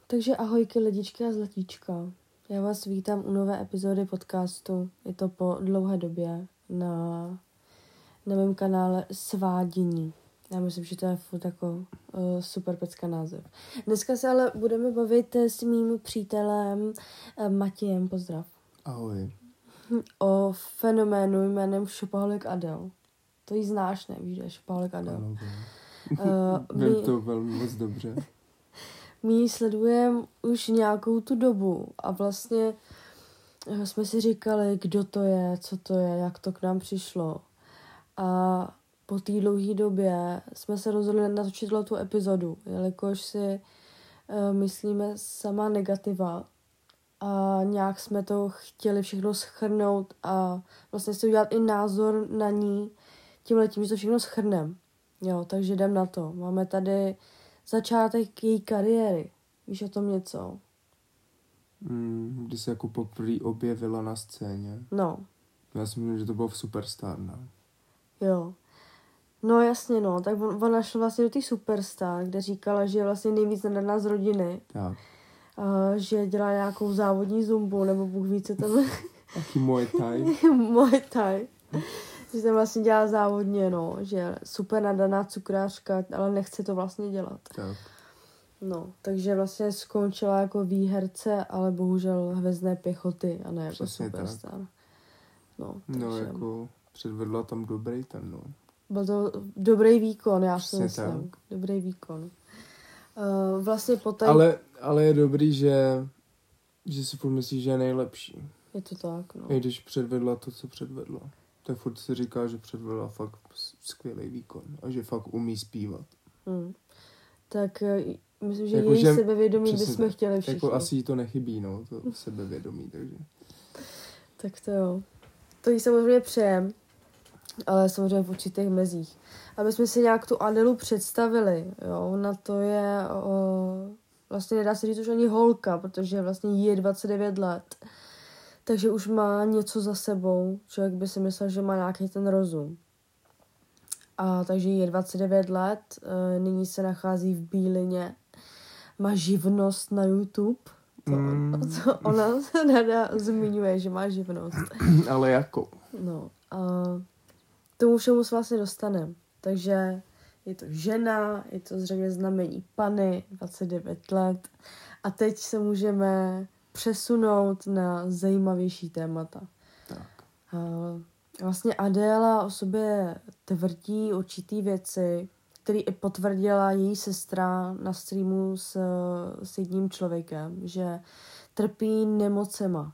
Takže ahojky lidičky a zlatíčka. Já vás vítám u nové epizody podcastu. Je to po dlouhé době na mém kanále Svádění. Já myslím, že to je furt jako super pecka název. Dneska se ale budeme bavit s mým přítelem Matějem. Pozdrav. Ahoj. O fenoménu jménem Shopaholic Adele. To jí znáš, ne? Víš, že je Shopaholic Adele. Ano, vím to velmi moc dobře. My ji sledujeme už nějakou tu dobu a vlastně jsme si říkali, kdo to je, co to je, jak to k nám přišlo. A po té dlouhé době jsme se rozhodli natočit tu epizodu, jelikož si myslíme sama negativa a nějak jsme to chtěli všechno shrnout a vlastně si udělat i názor na ní tímhletím, že to všechno shrnem. Jo, takže jdem na to. Máme tady začátek její kariéry. Víš o tom něco? Když se jako poprvé objevila na scéně. No. Já si myslím, že to bylo v Superstar, ne? Jo. No jasně, no. Tak ona šla vlastně do té Superstar, kde říkala, že je vlastně nejvíc nadaná z rodiny. Tak. Že dělá nějakou závodní zumbu, nebo Bůh ví, co tam... Taky Muay Thai. Muay Thai. Že tam vlastně dělá závodně, no. Že je super nadaná cukrářka, ale nechce to vlastně dělat. Tak. No, takže vlastně skončila jako výherce, ale bohužel hvězdné pěchoty a ne jako Přesně Superstar. tak. No, takže... No, jako předvedla tam dobrý ten, no. Byl to dobrý výkon, já si Přesně myslím. tak. Dobrý výkon. Vlastně poté... Ale je dobrý, že si furt myslíš, že je nejlepší. Je to tak, no. I když předvedla to, co předvedla. Tak furt si říká, že předvedla fakt skvělý výkon a že fakt umí zpívat. Tak myslím, že jako, její že sebevědomí bychom chtěli všichni. Jako asi jí to nechybí, no, to sebevědomí, takže... Tak to jo. To jí samozřejmě přejem, ale samozřejmě v určitých mezích. Aby jsme si nějak tu Adelu představili, jo, ona to je, vlastně nedá se říct už ani holka, protože vlastně jí je 29 let. Takže už má něco za sebou. Člověk by si myslel, že má nějaký ten rozum. A takže jí je 29 let, nyní se nachází v Bílině, má živnost na YouTube. To ona se zmiňuje, že má živnost. Ale jako? No, a tomu všemu se vlastně dostaneme. Takže je to žena, je to zřejmě znamení Panny, 29 let. A teď se můžeme přesunout na zajímavější témata. Tak. Vlastně Adéla o sobě tvrdí určitý věci, které i potvrdila její sestra na streamu s jedním člověkem, že trpí nemocema.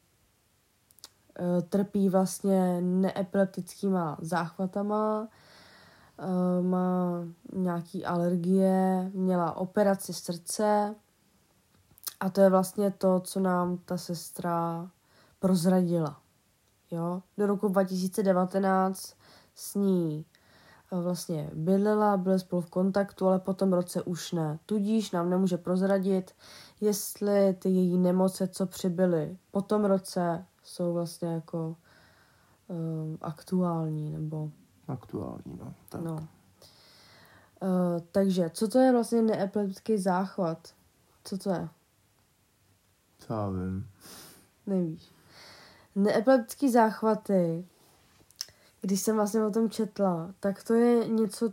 Trpí vlastně neepileptickýma záchvatama, má nějaký alergie, měla operaci srdce a to je vlastně to, co nám ta sestra prozradila. Jo? Do roku 2019 s ní vlastně bydlela, byli spolu v kontaktu, ale po tom roce už ne. Tudíž nám nemůže prozradit, jestli ty její nemoce, co přibyly po tom roce, jsou vlastně jako aktuální, nebo... Aktuální, no. Tak. No. Takže, co to je vlastně neepileptický záchvat? Co to je? Co já vím. Nevíš. Neepileptický záchvaty, když jsem vlastně o tom četla, tak to je něco,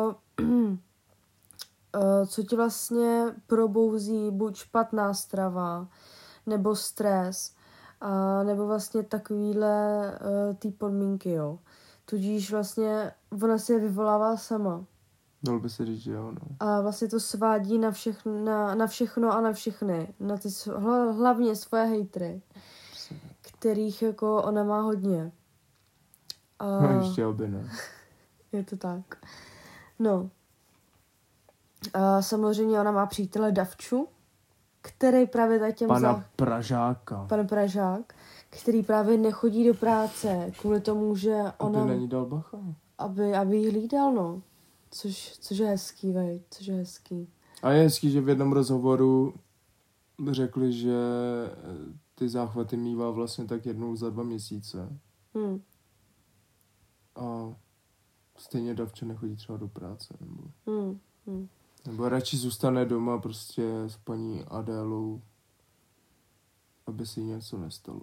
co ti vlastně probouzí buď špatná strava, nebo stres, a nebo vlastně takovýhle ty podmínky, jo. Tudíž vlastně ona si je vyvolává sama. Dalo by se říct, že jo, no. A vlastně to svádí na všechno a na všechny. Na ty hlavně svoje hejtry, kterých jako ona má hodně. No ještě aby ne. Je to tak. No. A samozřejmě ona má přítele Davču, který právě tady těm Pražáka. Pan Pražák, který právě nechodí do práce kvůli tomu, že ona... Aby na ní dal bacha. Aby jí hlídal, no. Což je hezký, vej. Což je hezký. A je hezký, že v jednom rozhovoru řekli, že ty záchvaty mívá vlastně tak jednou za 2 měsíce. A stejně Davče nechodí třeba do práce. Nebo... Nebo radši zůstane doma prostě s paní Adélou, aby si něco nestalo.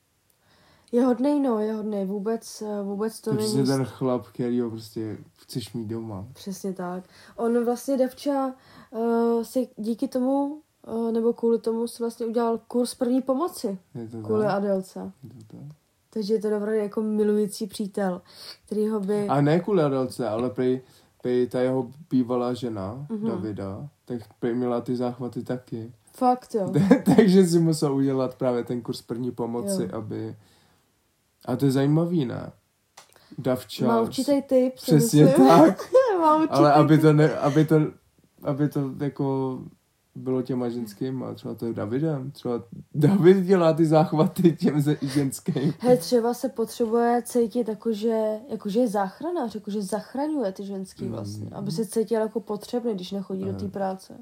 Je hodnej, no, je hodnej. Vůbec to není... Přesně ten chlap, kterýho prostě chceš mít doma. Přesně tak. On vlastně, Davča, si díky tomu, nebo kvůli tomu si vlastně udělal kurz první pomoci. Je to Kvůli tak? Adélce. Je to tak? Takže je to dobrý jako milující přítel, který ho by... A ne kvůli Adélce, ale prej ta jeho bývalá žena, Davida, tak prej měla ty záchvaty taky. Fakt, jo. Takže si musel udělat právě ten kurz první pomoci, Jo. aby... A to je zajímavý, ne? Davča. Má určitý tip. Přesně tak. Má určitý Ale tip. aby to jako bylo těma ženskýma, třeba to je Davidem. Třeba David dělá ty záchvaty těm ženským. Hej, třeba se potřebuje cítit jakože je záchranář, jakože zachraňuje ty ženský vlastně. Aby se cítil jako potřebný, když nechodí do té práce.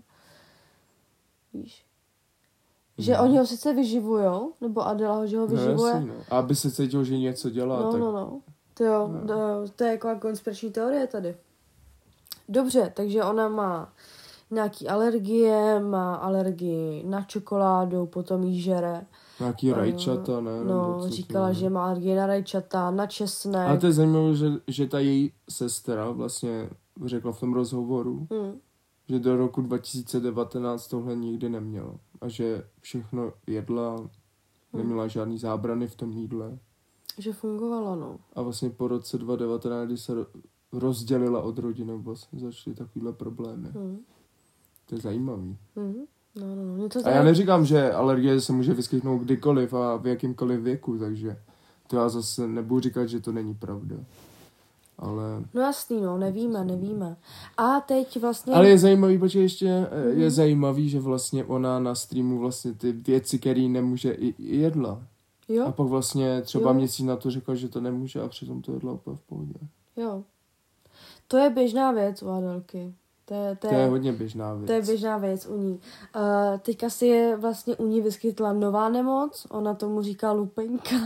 Víš? Že oni ho sice vyživujou, nebo Adela ho, že ho vyživuje. No, jasný, no. A aby se cítil, že něco dělá. No, tak... no. To je jako konspirační teorie tady. Dobře, takže ona má nějaký alergie, má alergii na čokoládu, potom jí žere. Nějaký rajčata, ne? No, říkala, že má alergie na rajčata, na česnek. A to je zajímavé, že ta její sestra vlastně řekla v tom rozhovoru, že do roku 2019 tohle nikdy neměla. A že všechno jedla, neměla žádný zábrany v tom jídle. Že fungovalo, no. A vlastně po roce 2019, kdy se rozdělila od rodiny, vlastně začaly takovýhle problémy. To je zajímavý. No. A já neříkám, že alergie se může vyskytnout kdykoliv a v jakýmkoliv věku, takže to já zase nebudu říkat, že to není pravda. Ale... No jasný, no, nevíme. A teď vlastně... Ale je zajímavý, protože ještě je zajímavý, že vlastně ona na streamu vlastně ty věci, které nemůže, i jedla. Jo? A pak vlastně třeba měsíc na to řekla, že to nemůže a přitom to jedla úplně v pohodě. Jo. To je běžná věc u Adelky. To je hodně běžná věc. To je běžná věc u ní. Teďka si je vlastně u ní vyskytla nová nemoc, ona tomu říká lupenka.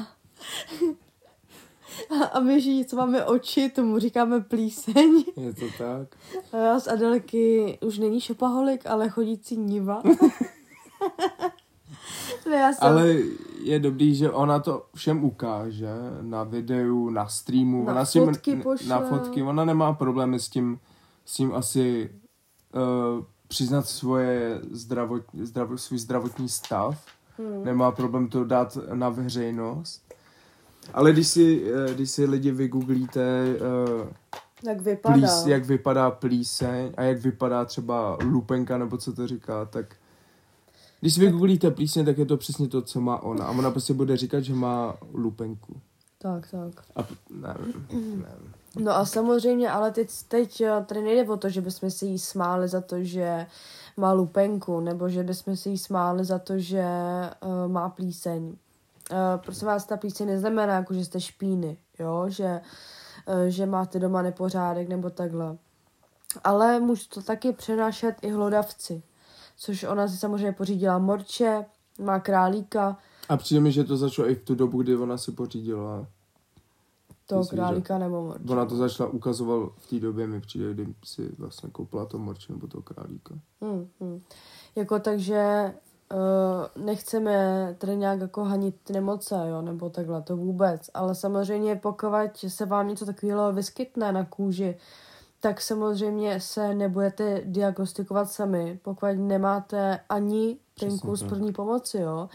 A my všichni, co máme oči, tomu říkáme plíseň. Je to tak. Z Adelky už není šopaholik, ale chodící niva. Ale je dobrý, že ona to všem ukáže na videu, na streamu. Na ona fotky pošle. Na fotky. Ona nemá problémy s tím asi přiznat svůj zdravotní stav. Nemá problém to dát na veřejnost. Ale když si lidi vygooglíte, jak vypadá plíseň a jak vypadá třeba lupenka, nebo co to říká, tak když si vygooglíte plíseň, tak je to přesně to, co má ona. A ona prostě bude říkat, že má lupenku. Tak. A nevím. No a samozřejmě, ale teď tady nejde o to, že bychom si jí smáli za to, že má lupenku, nebo že bychom si jí smáli za to, že má plíseň. Prosím vás, ta plíseň neznamená, jako, že jste špíny, jo? Že máte doma nepořádek nebo takhle. Ale může to taky přenášet i hlodavci, což ona si samozřejmě pořídila morče, má králíka. A přijde mi, že to začalo i v tu dobu, kdy ona si pořídila toho králíka nebo morče. Ona to začala ukazovat v té době, mi přijde, kdy si vlastně koupila to morče nebo toho králíka. Jako takže nechceme tady nějak jako hanit nemoce, jo, nebo takhle, to vůbec. Ale samozřejmě pokud se vám něco takového vyskytne na kůži, tak samozřejmě se nebudete diagnostikovat sami, pokud nemáte ani ten kurz první pomoci, jo.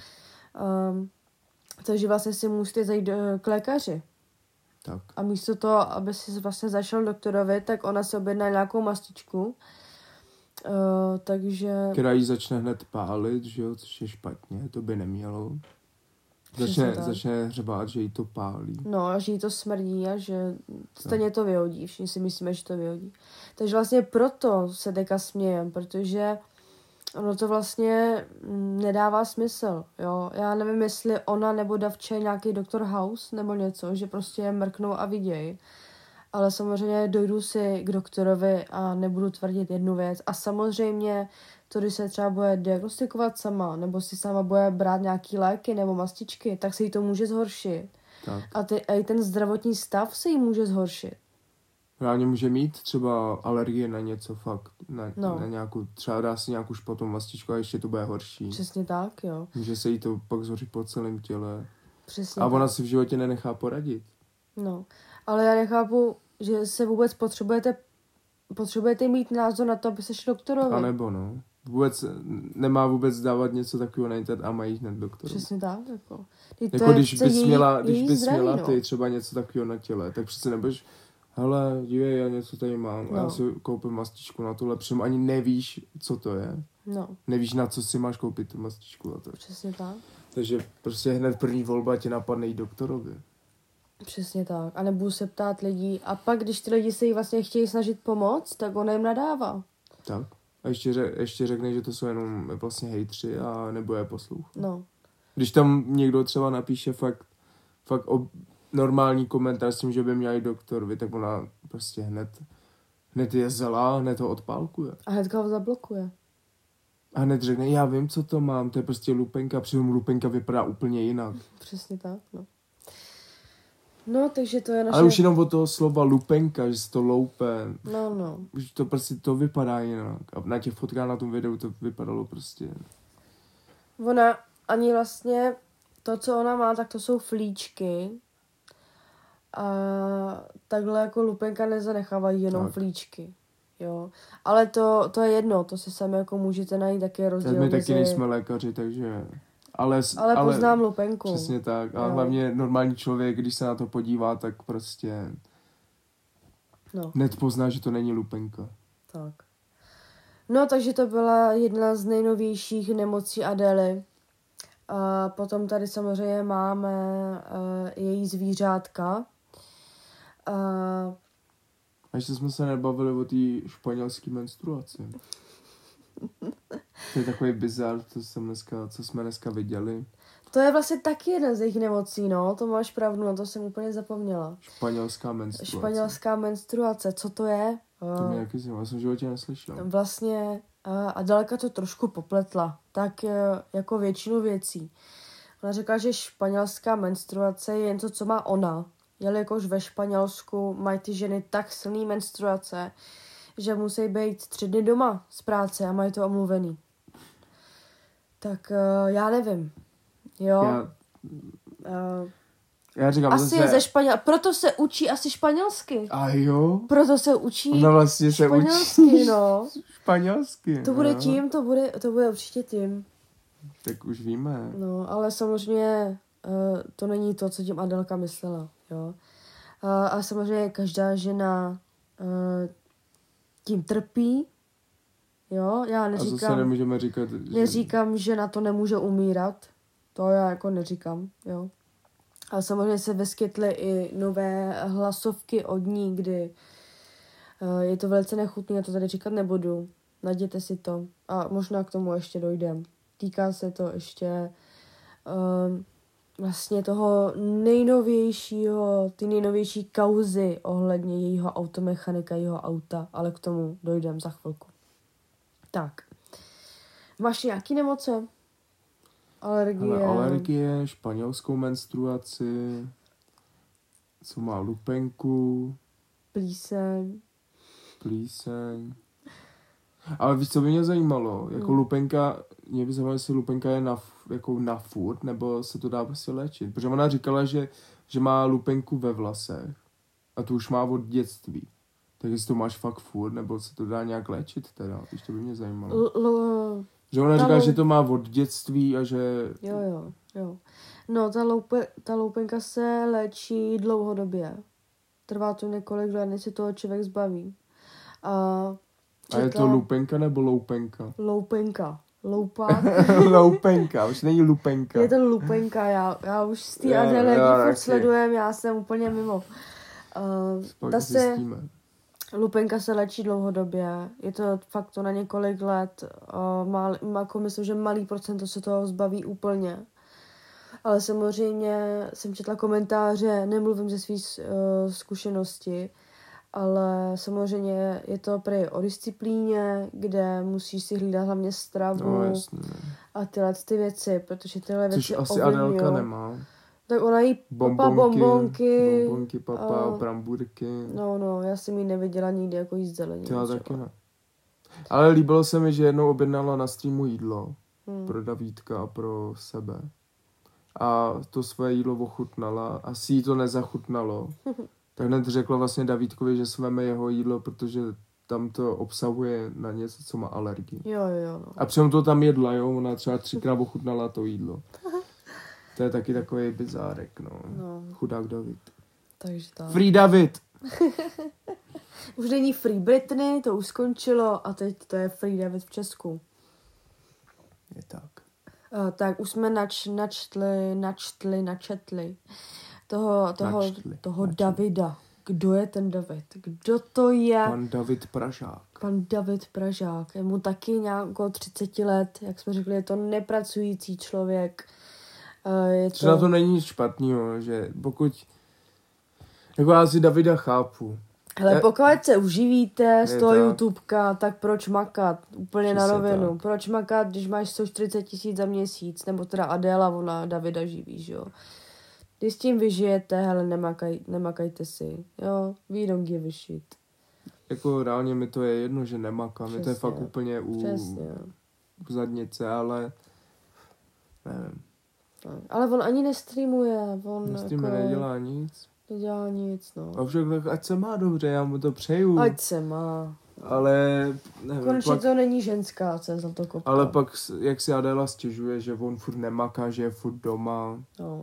Takže vlastně si musíte zajít k lékaři. Tak. A místo toho, aby si vlastně zašel doktorovi, tak ona se objedná nějakou mastičku. Takže... Která jí začne hned pálit, že jo, což je špatně, to by nemělo. Začne hřebát, že jí to pálí. No, a že jí to smrdí a že stejně to vyhodí. Všichni si myslíme, že to vyhodí. Takže vlastně proto se teďka smějem, protože ono to vlastně nedává smysl, jo. Já nevím, jestli ona nebo Davče nějaký Dr. House nebo něco, že prostě mrknou a viděj. Ale samozřejmě dojdu si k doktorovi a nebudu tvrdit jednu věc. A samozřejmě to, když se třeba bude diagnostikovat sama, nebo si sama bude brát nějaký léky nebo mastičky, tak se jí to může zhoršit. Tak. A i ten zdravotní stav se jí může zhoršit. Reálně může mít třeba alergie na něco fakt, na nějakou, třeba dá si nějakou špatnou mastičku a ještě to bude horší. Přesně tak, jo. Může se jí to pak zhořit po celém těle. Přesně a tak. ona si v životě nenechá poradit. No, ale já nechápu, že se vůbec potřebujete mít názor na to, aby se šli doktorovi. A nebo no. Nemá vůbec dávat něco takového na internet a mají hned doktorovi. Přesně tak, jako. Jako když bys měla zdraví, ty třeba něco takového na těle, tak přece nebudeš, hele, dívej, já něco tady mám a já si koupím mastičku na tohle, protože ani nevíš, co to je. No. Nevíš, na co si máš koupit tu mastičku a to. Přesně tak. Takže prostě hned první volba tě napadne jít doktorovi. Přesně tak. A nebudu se ptát lidí. A pak, když ty lidi se jí vlastně chtějí snažit pomoct, tak ona jim nadává. Tak. A ještě řekne, že to jsou jenom vlastně hejtři a nebo je poslouch. No. Když tam někdo třeba napíše fakt normální komentář s tím, že by měl jít doktorovi, tak ona prostě hned je zelá, hned ho odpálkuje. A hnedka ho zablokuje. A hned řekne, já vím, co to mám, to je prostě lupenka, přitom lupenka vypadá úplně jinak. Přesně tak, no. No, takže to je naše... Ale už jenom od toho slova lupenka, že se to loupe. No. Už to prostě to vypadá jinak. A na těch fotkách na tom videu to vypadalo prostě. Ona ani vlastně to, co ona má, tak to jsou flíčky. A takhle jako lupenka nezanechávají jenom tak. Flíčky. Jo. Ale to je jedno, to si sami jako můžete najít taky rozdíl. My taky nejsme lékaři, takže... Ale poznám lupenku. Přesně tak. A hlavně normální člověk, když se na to podívá, tak prostě hned pozná, že to není lupenka. Tak. No, takže to byla jedna z nejnovějších nemocí Adély. A potom tady samozřejmě máme její zvířátka. A ještě jsme se nebavili o té španělské menstruaci. To je takový bizar, co jsme dneska viděli. To je vlastně taky jedna z jejich nemocí, no. To máš pravdu, no to jsem úplně zapomněla. Španělská menstruace, co to je? To mi jaký jsem, já jsem v životě neslyšel. Vlastně Adélka to trošku popletla, tak jako většinu věcí. Ona řekla, že španělská menstruace je něco, co má ona. Jelikož ve Španělsku mají ty ženy tak silný menstruace, že musí být 3 dny doma z práce a mají to omluvený. Tak já nevím. Jo. Já říkám, asi je ze proto se učí asi španělsky. A jo? Proto se učí vlastně španělsky, no. Španělsky. To bude tím, to bude určitě tím. Tak už víme. No, ale samozřejmě to není to, co tím Adélka myslela, jo. A samozřejmě každá žena tím trpí, jo, já neříkám... A zase nemůžeme říkat, Neříkám, že na to nemůže umírat, to já jako neříkám, jo. Ale samozřejmě se vyskytly i nové hlasovky od ní, kdy je to velice nechutné, já to tady říkat nebudu, najděte si to a možná k tomu ještě dojdem. Týká se to ještě vlastně toho ty nejnovější kauzy ohledně jejího automechanika, jejího auta, ale k tomu dojdem za chvilku. Tak. Máš nějaký nemoce? Alergie, španělskou menstruaci, co má lupenku. Plíseň. Ale víš, co by mě zajímalo? Jako lupenka, mě by zajímalo, jestli lupenka je na furt, nebo se to dá prostě léčit. Protože ona říkala, že má lupenku ve vlasech a to už má od dětství. Tak jestli to máš fakt furt, nebo se to dá nějak léčit teda, když to by mě zajímalo. Že ona říká, že to má od dětství a že... Jo. No, ta loupenka se léčí dlouhodobě. Trvá to několik let, než se toho člověk zbaví. A je to lupenka nebo loupenka? Loupenka. Loupák. Loupenka, už není lupenka. Je to lupenka, já už z té Adély furt sledujem, já jsem úplně mimo. Lupenka se léčí dlouhodobě, je to fakt to na několik let, jako myslím, že malý procento se toho zbaví úplně. Ale samozřejmě jsem četla komentáře, nemluvím ze své zkušenosti, ale samozřejmě je to prý o disciplíně, kde musíš si hlídat hlavně stravu a tyhle ty věci, protože tyhle věci což asi Adélka nemá. Tak ona jí papá bombonky. Bombonky, papá, bramburky. No, já jsem jí neviděla nikdy jako jíst zeleně. Já taky ne. Ale líbilo se mi, že jednou objednala na streamu jídlo pro Davídka a pro sebe. A to své jídlo ochutnala. Asi jí to nezachutnalo. Tak hned řekla vlastně Davídkovi, že sveme jeho jídlo, protože tam to obsahuje na něco, co má alergii. Jo. No. A přitom to tam jedla, jo, ona třeba 3krát ochutnala to jídlo. To je taky takový bizárek, no. Chudák David. Takže tak. Free David! Už není Free Britney, to už skončilo a teď to je Free David v Česku. Je tak. Tak už jsme načetli toho Davida. Kdo je ten David? Kdo to je? Pan David Pražák. Pan David Pražák. Je mu taky nějak okolo 30 let, jak jsme řekli, je to nepracující člověk. Na to není nic špatného, že pokud... Jako já si Davida chápu. Hele, pokud se uživíte z toho YouTubeka, tak proč makat? Úplně na rovinu. Tak. Proč makat, když máš 140 000 za měsíc? Nebo teda Adéla, ona Davida živí, že jo? Když s tím vyžijete, hele, nemakajte si. Jo, we don't give a shit. Jako reálně mi to je jedno, že nemakám. Mi to je fakt úplně u zadnice, ale nevím. Ale on ani nestreamuje. Nedělá nic. Nedělá nic, no. A však tak ať se má dobře, já mu to přeju. Ať se má. Ale nevím. Konečně pak, to není ženská, co je za to kopka. Ale pak, jak si Adéla stěžuje, že on furt nemaká, že je furt doma.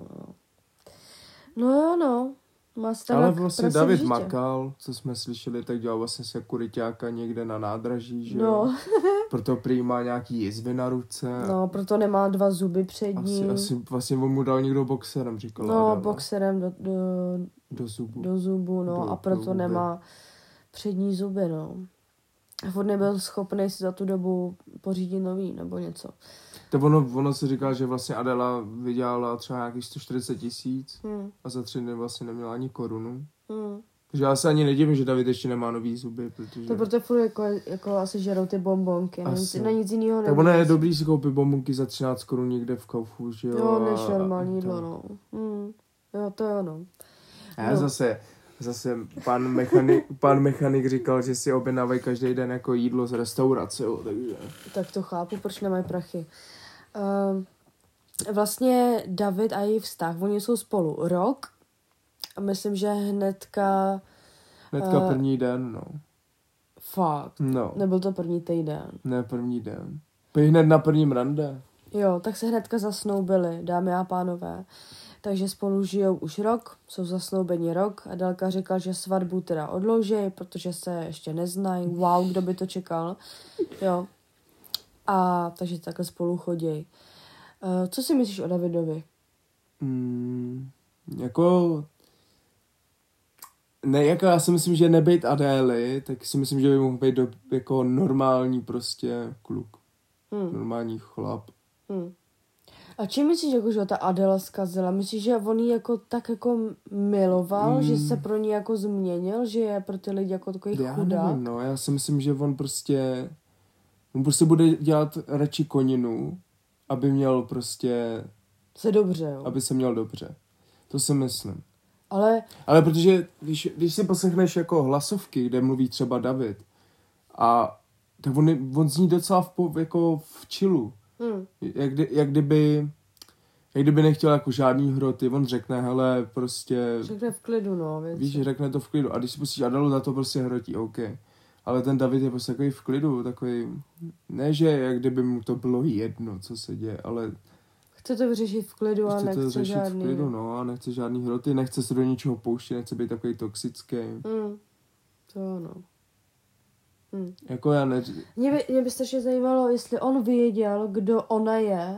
No. Ale vlastně David makal, co jsme slyšeli, tak dělal vlastně sekuriťáka někde na nádraží, že jo? Proto prý má nějaký jizvy na ruce. No, proto nemá 2 zuby přední. Asi vlastně on mu dal někdo boxerem, říkala. No, boxerem do zubu, a proto nemá přední zuby, no. A furt nebyl schopný si za tu dobu pořídit nový, nebo něco. To ono si říká, že vlastně Adela vydělala třeba nějakých 140 000 a za 3 dny vlastně neměla ani korunu. Takže já se ani nedivím, že David ještě nemá nový zuby, protože... To proto furt jako asi žerou ty bombonky, na nic jiného nevíc. Tak ono je dobrý si koupit bombonky za 13 korun někde v Kaufu, že jo? Jo, než normální jídlo, no. Jo, to jo, no. A zase pan mechanik říkal, že si objednávají každý den jako jídlo z restaurace, jo, takže... Tak to chápu, proč nemají prachy. Vlastně David a její vztah, oni jsou spolu rok a myslím, že hnedka první den, no. Fakt? No. Nebyl to první týden? Ne, první den. Hned na prvním rande. Jo, tak se hnedka zasnoubili, dámy a pánové. Takže spolu žijou už rok, jsou zasnoubeni rok. Adelka říkal, že svatbu teda odloží, protože se ještě neznají. Wow, kdo by to čekal. Jo. A takže takhle spolu chodí. Co si myslíš o Davidovi? Jako já si myslím, že nebejt Adély, tak si myslím, že by mohl být jako normální prostě kluk. Normální chlap. A čím myslíš, jako, že ta Adela zkazila? Myslíš, že on ji jako tak jako miloval, že se pro ní jako změnil, že je pro ty lidi jako takový chudák? Já nevím, no. Já si myslím, že on prostě bude dělat radši koninu, aby měl prostě... Se dobře, jo. Aby se měl dobře. To si myslím. Ale protože když si poslechneš jako hlasovky, kde mluví třeba David, tak on zní docela v chillu. Jak kdyby nechtěl jako žádný hroty, on řekne, hele, prostě... Řekne v klidu, no, věci. Víš, řekne to v klidu. A když si pustíš Adelu, za to prostě hrotí, OK. Ale ten David je prostě takový v klidu, takový... Ne, že jak kdyby mu to bylo jedno, co se děje, ale... Chce to vyřešit v klidu a nechce žádný... v klidu, no, a nechce žádný hroty, nechce se do ničeho pouštět, nechce být takový toxický. To no. Jako já ne... Mě by strašně zajímalo, jestli on věděl, kdo ona je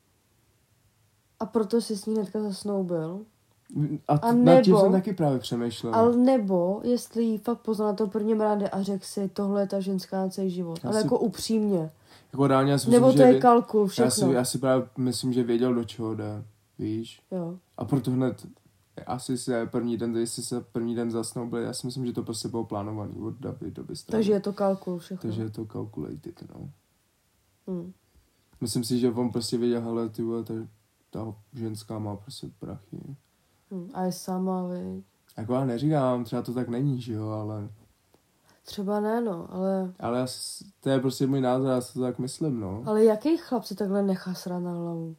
a proto si s ní hnedka zasnoubil. A nad tím jsem taky právě přemýšlel. Ale nebo, jestli jí fakt poznal na to prvním rande a řekl si, tohle je ta ženská na celý život. Ale jako upřímně. Jako reálně já si nebo myslím, to je kalkul, všechno. Já si právě myslím, že věděl, do čeho jde. Víš? Jo. A proto hned jestli se první den zasnoubili, já si myslím, že to prostě bylo plánovaný od Davidovy strany. Takže je to kalkul všechno. Takže je to calculated, no. Myslím si, že on prostě věděl, hele, ty vole, ta ženská má prostě prachy. A je sama, viď? Jako já neříkám, třeba to tak není, že jo, ale... Třeba ne, no, ale... Ale to je prostě můj názor, já si to tak myslím, no. Ale jaký chlap si takhle nechá srát na hlavu?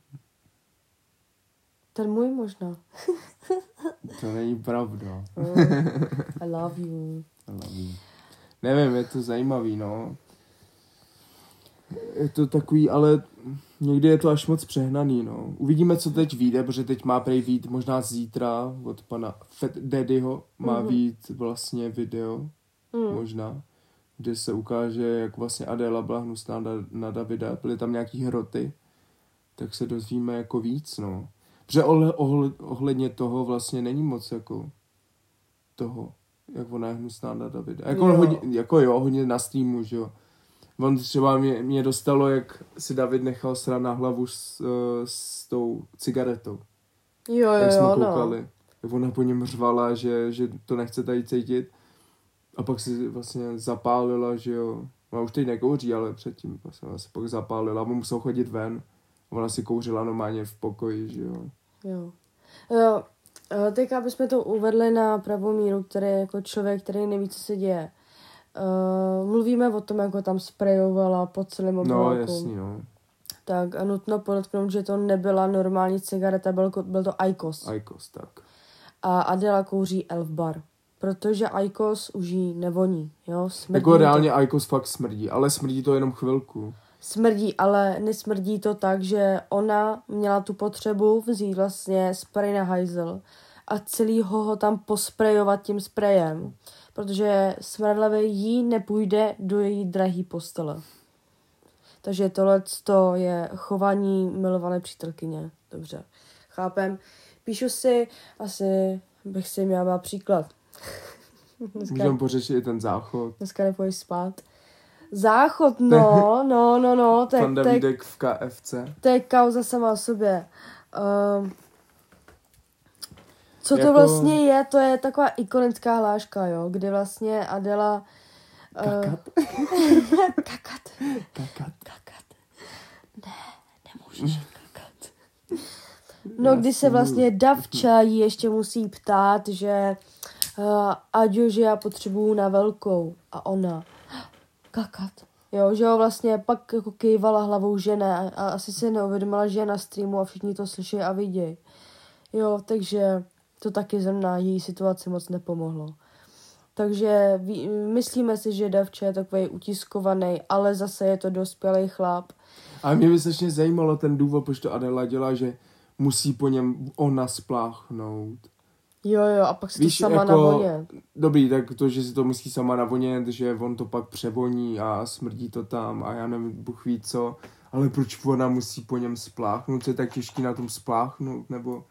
Ten můj možná. To není pravda. I love you. Nevím, je to zajímavý, no. Je to takový, ale někdy je to až moc přehnaný, no. Uvidíme, co teď vyjde, protože teď má prej vyjít možná zítra od pana Fat Daddyho má vyjít vlastně video, možná, kde se ukáže, jak vlastně Adéla byla hnusná na Davida, byly tam nějaký hroty, tak se dozvíme jako víc, no. Protože ohledně toho vlastně není moc jako toho, jak ona je hnusná na Davida. Jako, hodně na streamu, že jo. On třeba mě dostalo, jak si David nechal srát na hlavu s tou cigaretou. Jak jsme koukali. No. Jak ona po něm řvala, že to nechce tady cítit. A pak si vlastně zapálila, že jo. Ona už teď nekouří, ale předtím vlastně se pak zapálila. On musel chodit ven. Ona si kouřila normálně v pokoji, že jo. Jo. Teď, abychom to uvedli na pravou míru, který je jako člověk, který neví, co se děje. Mluvíme o tom, jako tam sprejovala po celém obálku. No, jasný, no. Tak a nutno podotknout, že to nebyla normální cigareta, byl to IQOS. IQOS, tak. A Adela kouří Elf Bar, protože IQOS už jí nevoní, jo. Jako reálně IQOS fakt smrdí, ale smrdí to jenom chvilku. Smrdí, ale nesmrdí to tak, že ona měla tu potřebu vzít vlastně spray na hajzel a celý ho tam posprejovat tím sprejem, protože smradlavě jí nepůjde do její drahý postele. Takže tohleto je chování milované přítelkyně. Dobře, chápem. Píšu si, asi bych si měla příklad. Můžeme pořešit i ten záchod. Dneska nepůjdeš spát. Záchod, no. Pan Davidek v KFC. To je kauza sama o sobě. Co to vlastně je? To je taková ikonická hláška, jo, kdy vlastně Adela... Kakat. Ne, nemůžeš kakat. No, když se vlastně Davča jí ještě musí ptát, že Aďo, že já potřebuju na velkou. A ona... Kakat. Jo, že jo, vlastně pak jako kývala hlavou, že ne, a asi se neuvědomila, že je na streamu a všichni to slyší a vidějí. Jo, takže to taky zrovna její situaci moc nepomohlo. Takže myslíme si, že Davče je takovej utiskovaný, ale zase je to dospělý chlap. A mě by strašně zajímalo ten důvod, proč to Adela dělá, že musí po něm ona spláchnout. Jo, a pak si to sama navoně. Dobrý, tak to, že si to musí sama navonět, že on to pak převoní a smrdí to tam a já nevím, Bůh ví co, ale proč ona musí po něm spláchnout, co je tak těžký na tom spláchnout,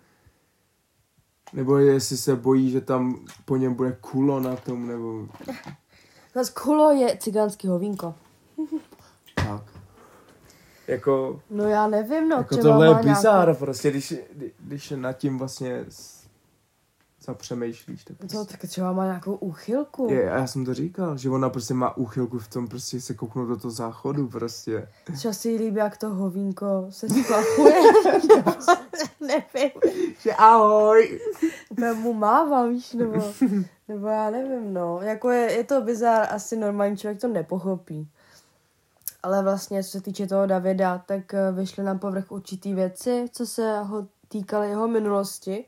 nebo jestli se bojí, že tam po něm bude kulo na tom, nebo... Zas kulo je cigánský hovínko. Tak. Jako... No já nevím, no. Jako tohle je bizár, prostě, když nad tím vlastně... zapřemýšlíš. Tak třeba má nějakou úchylku. A já jsem to říkal, že ona prostě má úchylku v tom prostě se kouknout do toho záchodu prostě. Třeba si jí líbí, jak to hovínko se splachuje. Nevím. Že ahoj. Úplně mu mává, víš, nebo já nevím, no. Jako je to bizár, asi normální člověk to nepochopí. Ale vlastně, co se týče toho Davida, tak vyšly na povrch určitý věci, co se ho týkaly jeho minulosti.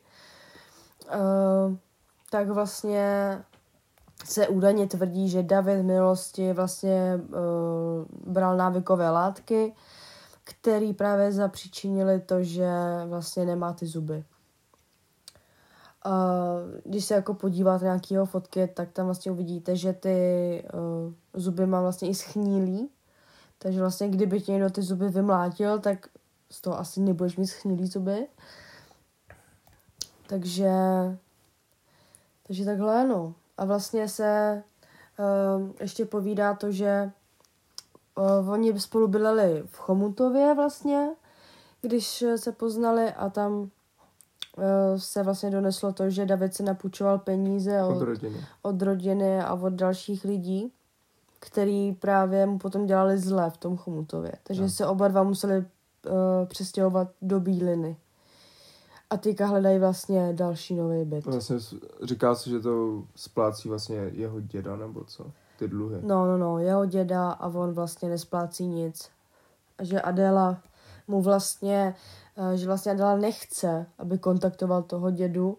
Tak vlastně se údajně tvrdí, že David v minulosti vlastně bral návykové látky, které právě zapříčinily to, že vlastně nemá ty zuby. Když se jako podíváte na nějaké jeho fotky, tak tam vlastně uvidíte, že ty zuby má vlastně i schnilý. Takže vlastně kdyby ti někdo ty zuby vymlátil, tak z toho asi nebudeš mít schnilý zuby. Takže takhle, no. A vlastně se ještě povídá to, že oni spolu bydleli v Chomutově vlastně, když se poznali a tam se vlastně doneslo to, že David si napůjčoval peníze od rodiny a od dalších lidí, který právě mu potom dělali zle v tom Chomutově. Takže se oba dva museli přestěhovat do Bíliny. A teďka hledají vlastně další nový byt. Vlastně říká se, že to splácí vlastně jeho děda, nebo co? Ty dluhy. No, jeho děda a on vlastně nesplácí nic. A že Adéla mu vlastně, že vlastně Adéla nechce, aby kontaktoval toho dědu.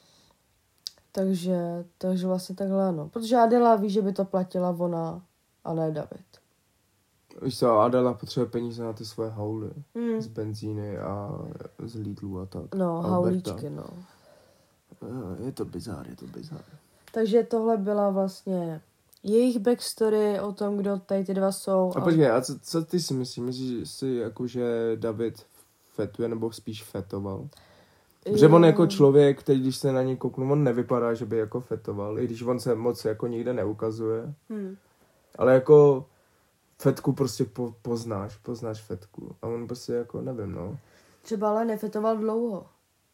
Takže vlastně takhle, no. Protože Adéla ví, že by to platila ona a ne David. Víš co, Adéla potřebuje peníze na ty svoje hauly. Z benzíny a z Lidlu a tak. No, Alberta. haulíčky, no. Je to bizár. Takže tohle byla vlastně jejich backstory o tom, kdo tady ty dva jsou. A počkej, a co ty si myslíš? Myslíš si, jako, že David fetuje, nebo spíš fetoval? Že on jako člověk, který když se na něj kouknu, on nevypadá, že by jako fetoval, i když on se moc jako nikde neukazuje. Ale jako fetku prostě poznáš fetku. A on prostě jako, nevím, no. Třeba ale nefetoval dlouho.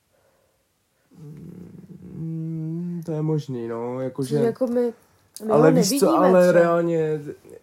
To je možný, no, jakože... Jako my ale ho víš co, ale třeba. Reálně...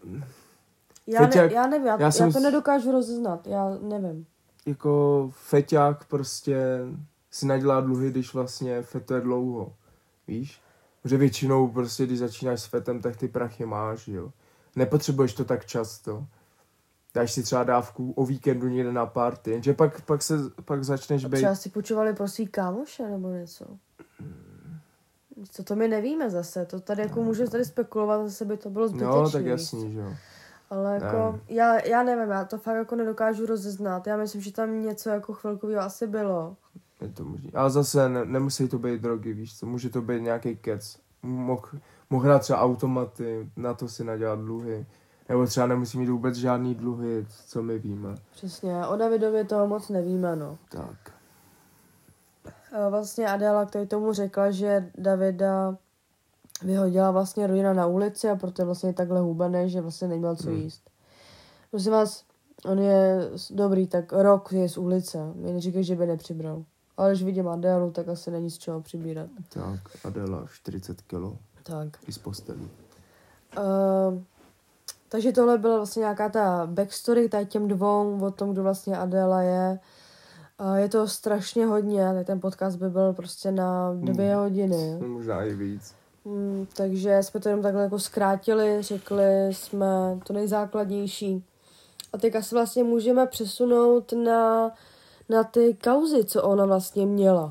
Já nevím, já to nedokážu rozeznat, já nevím. Jako feťák prostě si nadělá dluhy, když vlastně fetuje dlouho, víš? Že většinou prostě, když začínáš s fetem, tak ty prachy máš, jo. Nepotřebuješ to tak často. Dáš si třeba dávku o víkendu někde na party, jenže pak začneš být... Třeba si půjčovali pro svý kámoše nebo něco. To my nevíme zase, to tady jako může tady spekulovat, zase by to bylo zbytečný. No, tak jasný, že jo. Ale jako, já nevím, já to fakt jako nedokážu rozeznat. Já myslím, že tam něco jako chvilkovýho asi bylo. Je to možný. Ale zase nemusí to být drogy, víš co, může to být nějaký kec. Mohl hrát třeba automaty, na to si nadělat dluhy. Nebo třeba nemusí mít vůbec žádný dluhy, co my víme. Přesně, o Davidovi toho moc nevíme, no. Tak. Vlastně Adéla k tomu řekla, že Davida vyhodila vlastně rodina na ulici a proto je vlastně takhle hubený, že vlastně neměl co jíst. Prosím vás, on je dobrý, tak rok je z ulice. Mě neříkej, že by nepřibral. Ale když vidím Adélu, tak asi není z čeho přibírat. Tak, Adéla 40 kilo. Tak. I z postelí. Takže tohle byla vlastně nějaká ta backstory tady těm dvou o tom, kdo vlastně Adéla je. Je to strašně hodně, tak ten podcast by byl prostě na 2 hodiny. Možná i víc. Takže jsme to jenom takhle jako zkrátili, řekli jsme to nejzákladnější. A teď asi vlastně můžeme přesunout na ty kauzy, co ona vlastně měla.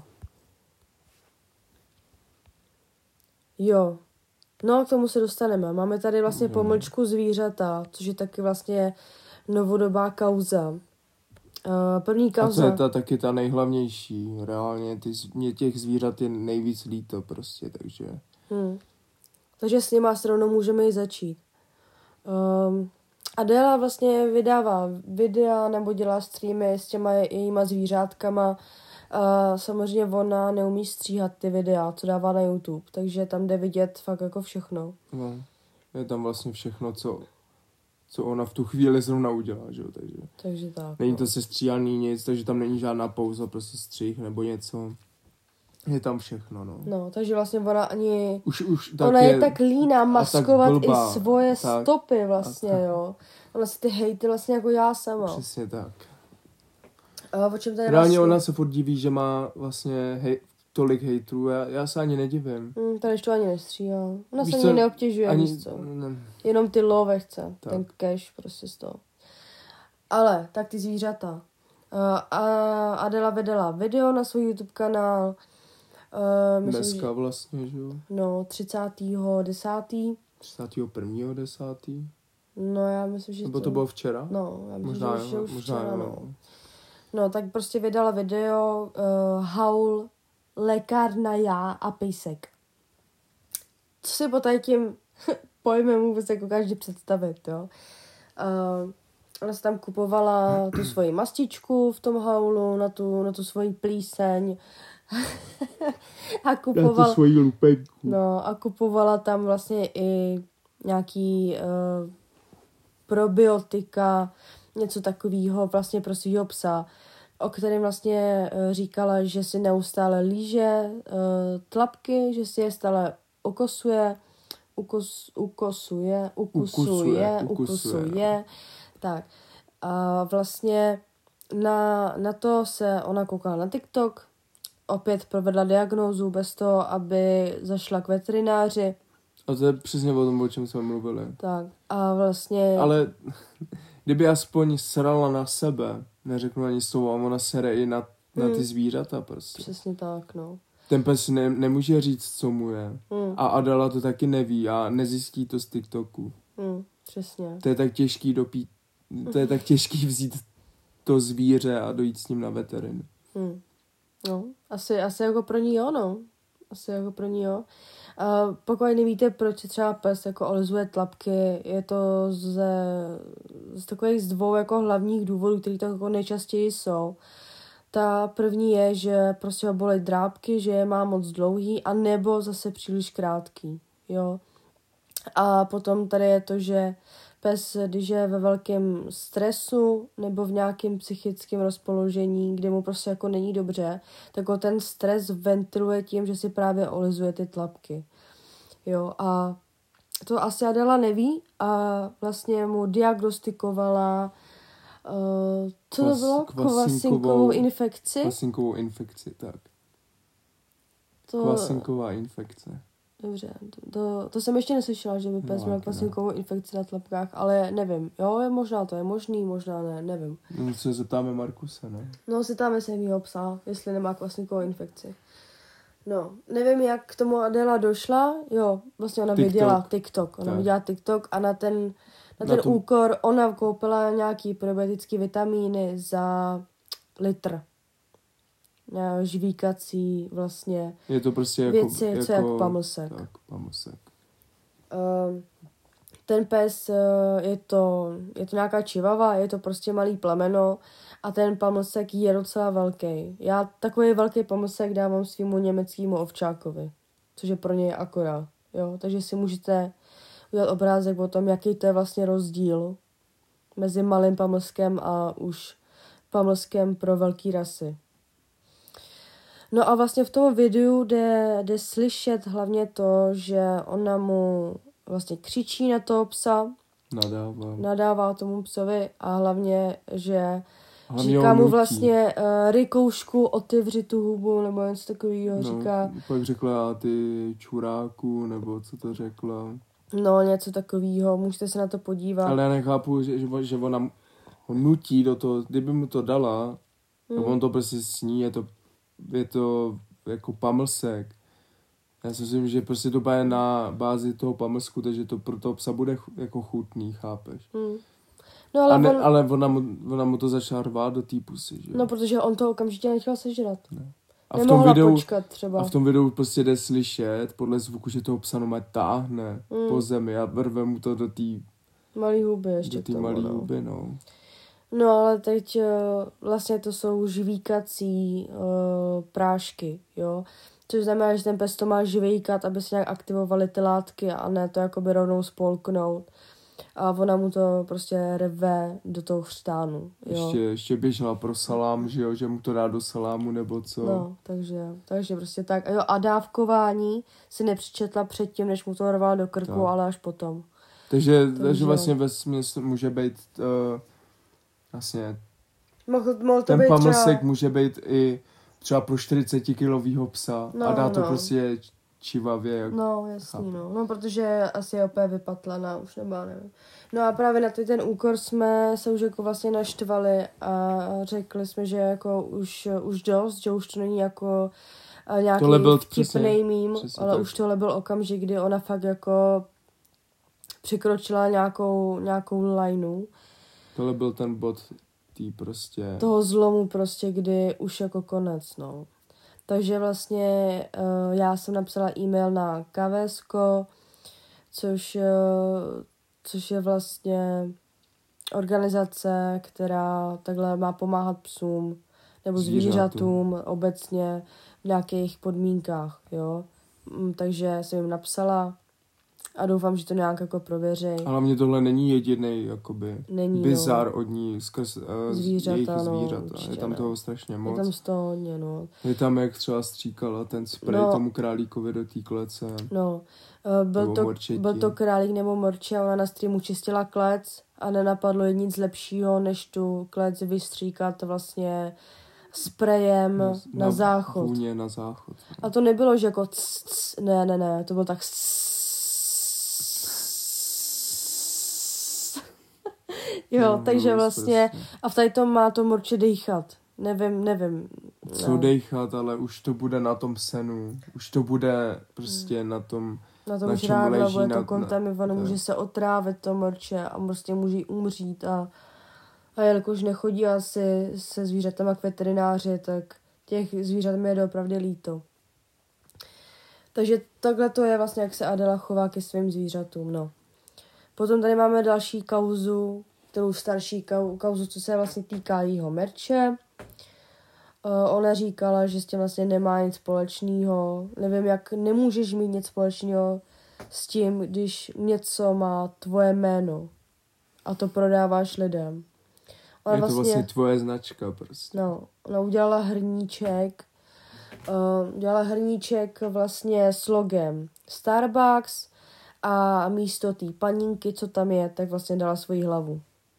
Jo. No, k tomu se dostaneme. Máme tady vlastně pomlčku zvířata, což je taky vlastně novodobá kauza. První kauza... A to je taky ta nejhlavnější. Reálně mě těch zvířat je nejvíc líto prostě, takže... Takže s nima se rovnou můžeme i začít. Adéla vlastně vydává videa nebo dělá streamy s těma jejíma zvířátkama. Samozřejmě ona neumí stříhat ty videa, co dává na YouTube, takže tam jde vidět fakt jako všechno. No, je tam vlastně všechno, co ona v tu chvíli zrovna udělá, že jo, takže tak. Není to sestříhaný nic, takže tam není žádná pauza, prostě střih nebo něco. Je tam všechno, no. No, takže vlastně ona ani... Už tak ona je tak líná maskovat i svoje tak, stopy vlastně, jo. Ona si ty hejty vlastně jako já sama. Přesně tak. O čem tady reálně vlastně... ona se furt diví, že má vlastně tolik hejtrů, já se ani nedivím. Tady to ani nestříhá. Ona víš se co, ani neobtěžuje, ani, víš co. Jenom ty love chce, tak. Ten cash prostě z toho. Ale, tak ty zvířata. Adéla vydala video na svůj YouTube kanál. Myslím, dneska vlastně, že jo? No, 30.10. 31.10. No, já myslím, že nebo to bylo včera? No, já myslím, možná, že už možná včera, jo. no. No, tak prostě vydala video Haul, lékárna, já a pejsek. Co si po tady tím pojmem vůbec jako každý představit, jo. Ona se tam kupovala tu svoji mastičku v tom haulu, na tu svoji plíseň. A kupovala... Na tu svoji lupenku. No, a kupovala tam vlastně i nějaký probiotika, něco takového vlastně pro svýho psa, o kterém vlastně říkala, že si neustále líže tlapky, že si je stále ukusuje. Tak. A vlastně na to se ona koukala na TikTok opět provedla diagnózu bez toho, aby zašla k veterináři. A to je přesně o tom, o čem jsme mluvili. Tak a vlastně... Ale kdyby aspoň srala na sebe, neřeknu ani slovo, a ona sere i na ty zvířata prostě. Přesně tak, no. Ten pes nemůže říct, co mu je. A Adela to taky neví a nezjistí to z TikToku. Přesně. To je tak těžký to je tak těžký vzít to zvíře a dojít s ním na veterinu. No, asi jako pro ní jo, no. Asi jako pro ní jo. Pokud nevíte, proč třeba pes jako olizuje tlapky, je to z takových dvou jako hlavních důvodů, které to jako nejčastěji jsou. Ta první je, že prostě ho bolí drápky, že je má moc dlouhý, a nebo zase příliš krátký, jo. A potom tady je to, že pes, když je ve velkém stresu nebo v nějakém psychickém rozpoložení, kde mu prostě jako není dobře, tak ho ten stres ventiluje tím, že si právě olizuje ty tlapky. Jo, a to asi Adela neví a vlastně mu diagnostikovala co to bylo? Kvasinkovou infekci? Kvasinkovou infekci, tak. Kvasinková infekce. Dobře, to jsem ještě neslyšela, že by pes měl kvasinkovou infekci na tlapkách, ale nevím. Jo, možná to je možný, možná ne, nevím. No, se zeptáme Markuse, ne? No, zeptáme se mýho psa, jestli nemá kvasinkovou infekci. No, nevím, jak k tomu Adela došla. Jo, vlastně ona viděla TikTok. Ona viděla TikTok a na ten úkor ona koupila nějaký probiotický vitamíny za litr. Žvíkací vlastně je to prostě věci, co jak pamlsek. Tak, pamlsek. Ten pes, je to nějaká čivava, je to prostě malý plemeno a ten pamlsek je docela velký. Já takový velký pamlsek dávám svýmu německému ovčákovi, což je pro něj akorát. Jo? Takže si můžete udělat obrázek o tom, jaký to je vlastně rozdíl mezi malým pamlskem a už pamlskem pro velký rasy. No a vlastně v tom videu jde slyšet hlavně to, že ona mu vlastně křičí na toho psa. Nadává tomu psovi a hlavně, že říká mu vlastně rykoušku, otevři tu hubu, nebo něco takového, říká. Pak řekla ty čuráku, nebo co to řekla. No, něco takového, můžete se na to podívat. Ale já nechápu, že ona ho nutí do toho, kdyby mu to dala, on to prostě sní, je to jako pamlsek. Já si myslím, že prostě to bude na bázi toho pamlsku, takže to pro toho psa bude jako chutný, chápeš? No, ale ona mu to začala rvát do té pusy, že? No, protože on to okamžitě nechtěl sežrat. Ne. Počkat třeba. A v tom videu prostě jde slyšet podle zvuku, že toho psa nomad táhne po zemi a vrve mu to do té malý huby ještě. Do té malý huby, no. No, ale teď vlastně to jsou žvíkací prášky, jo. Což znamená, že ten pes to má žvíkat, aby se nějak aktivovaly ty látky a ne to jakoby rovnou spolknout. A ona mu to prostě rve do toho chřtánu, jo. Ještě běžela pro salám, že jo, že mu to dá do salámu nebo co. No, takže prostě tak. Jo, a dávkování si nepřičetla předtím, než mu to rvala do krku, tak. Ale až potom. Takže vlastně vesměs může být vlastně mohl to ten být pamlsek může být i třeba pro 40kilovýho psa a dá to prostě čivavě. Jak no, jasný, no, protože asi je opět vypatlaná, už nevím. No a právě na ten úkor jsme se už jako vlastně naštvali a řekli jsme, že jako už dost, že už to není jako nějaký vtipnej mím, ale tak. Už tohle byl okamžik, kdy ona fakt jako překročila nějakou lineu. Tohle byl ten bod toho zlomu prostě, kdy už jako konec, no. Takže vlastně já jsem napsala e-mail na KVSko, což je vlastně organizace, která takhle má pomáhat psům nebo zvířatům obecně v nějakých podmínkách, jo. Takže jsem jim napsala a doufám, že to nějak jako prověří. Ale mě tohle není jediný jakoby bizar od ní skrz zvířata. Je tam toho strašně moc. Je tam z toho hodně, no. Je tam, jak třeba stříkala ten spray tomu králíkovi do té klece. No, byl to králík nebo morče a ona na streamu čistila klec a nenapadlo jí nic lepšího, než tu klec vystříkat vlastně sprejem na záchod. Vůně na záchod. A to nebylo, že jako ne, to bylo tak jo, takže vlastně a v tady tom má to morče dejchat. Nevím. Co dejchat, ale už to bude na tom senu. Už to bude prostě na tom, na čem leží. Bude to kontaminované, může se otrávit to morče a prostě může umřít a jelikož nechodí asi se zvířatama k veterináři, tak těch zvířat mi je doopravdy líto. Takže takhle to je vlastně, jak se Adela chová ke svým zvířatům, no. Potom tady máme další kauzu, kterou starší kauzu, co se vlastně týká jejího merče. Ona říkala, že s tím vlastně nemá nic společného. Nevím, jak nemůžeš mít nic společného s tím, když něco má tvoje jméno a to prodáváš lidem. Ona je to vlastně tvoje značka prostě. No, ona udělala hrníček vlastně s logem Starbucks a místo té paninky, co tam je, tak vlastně dala svoji hlavu.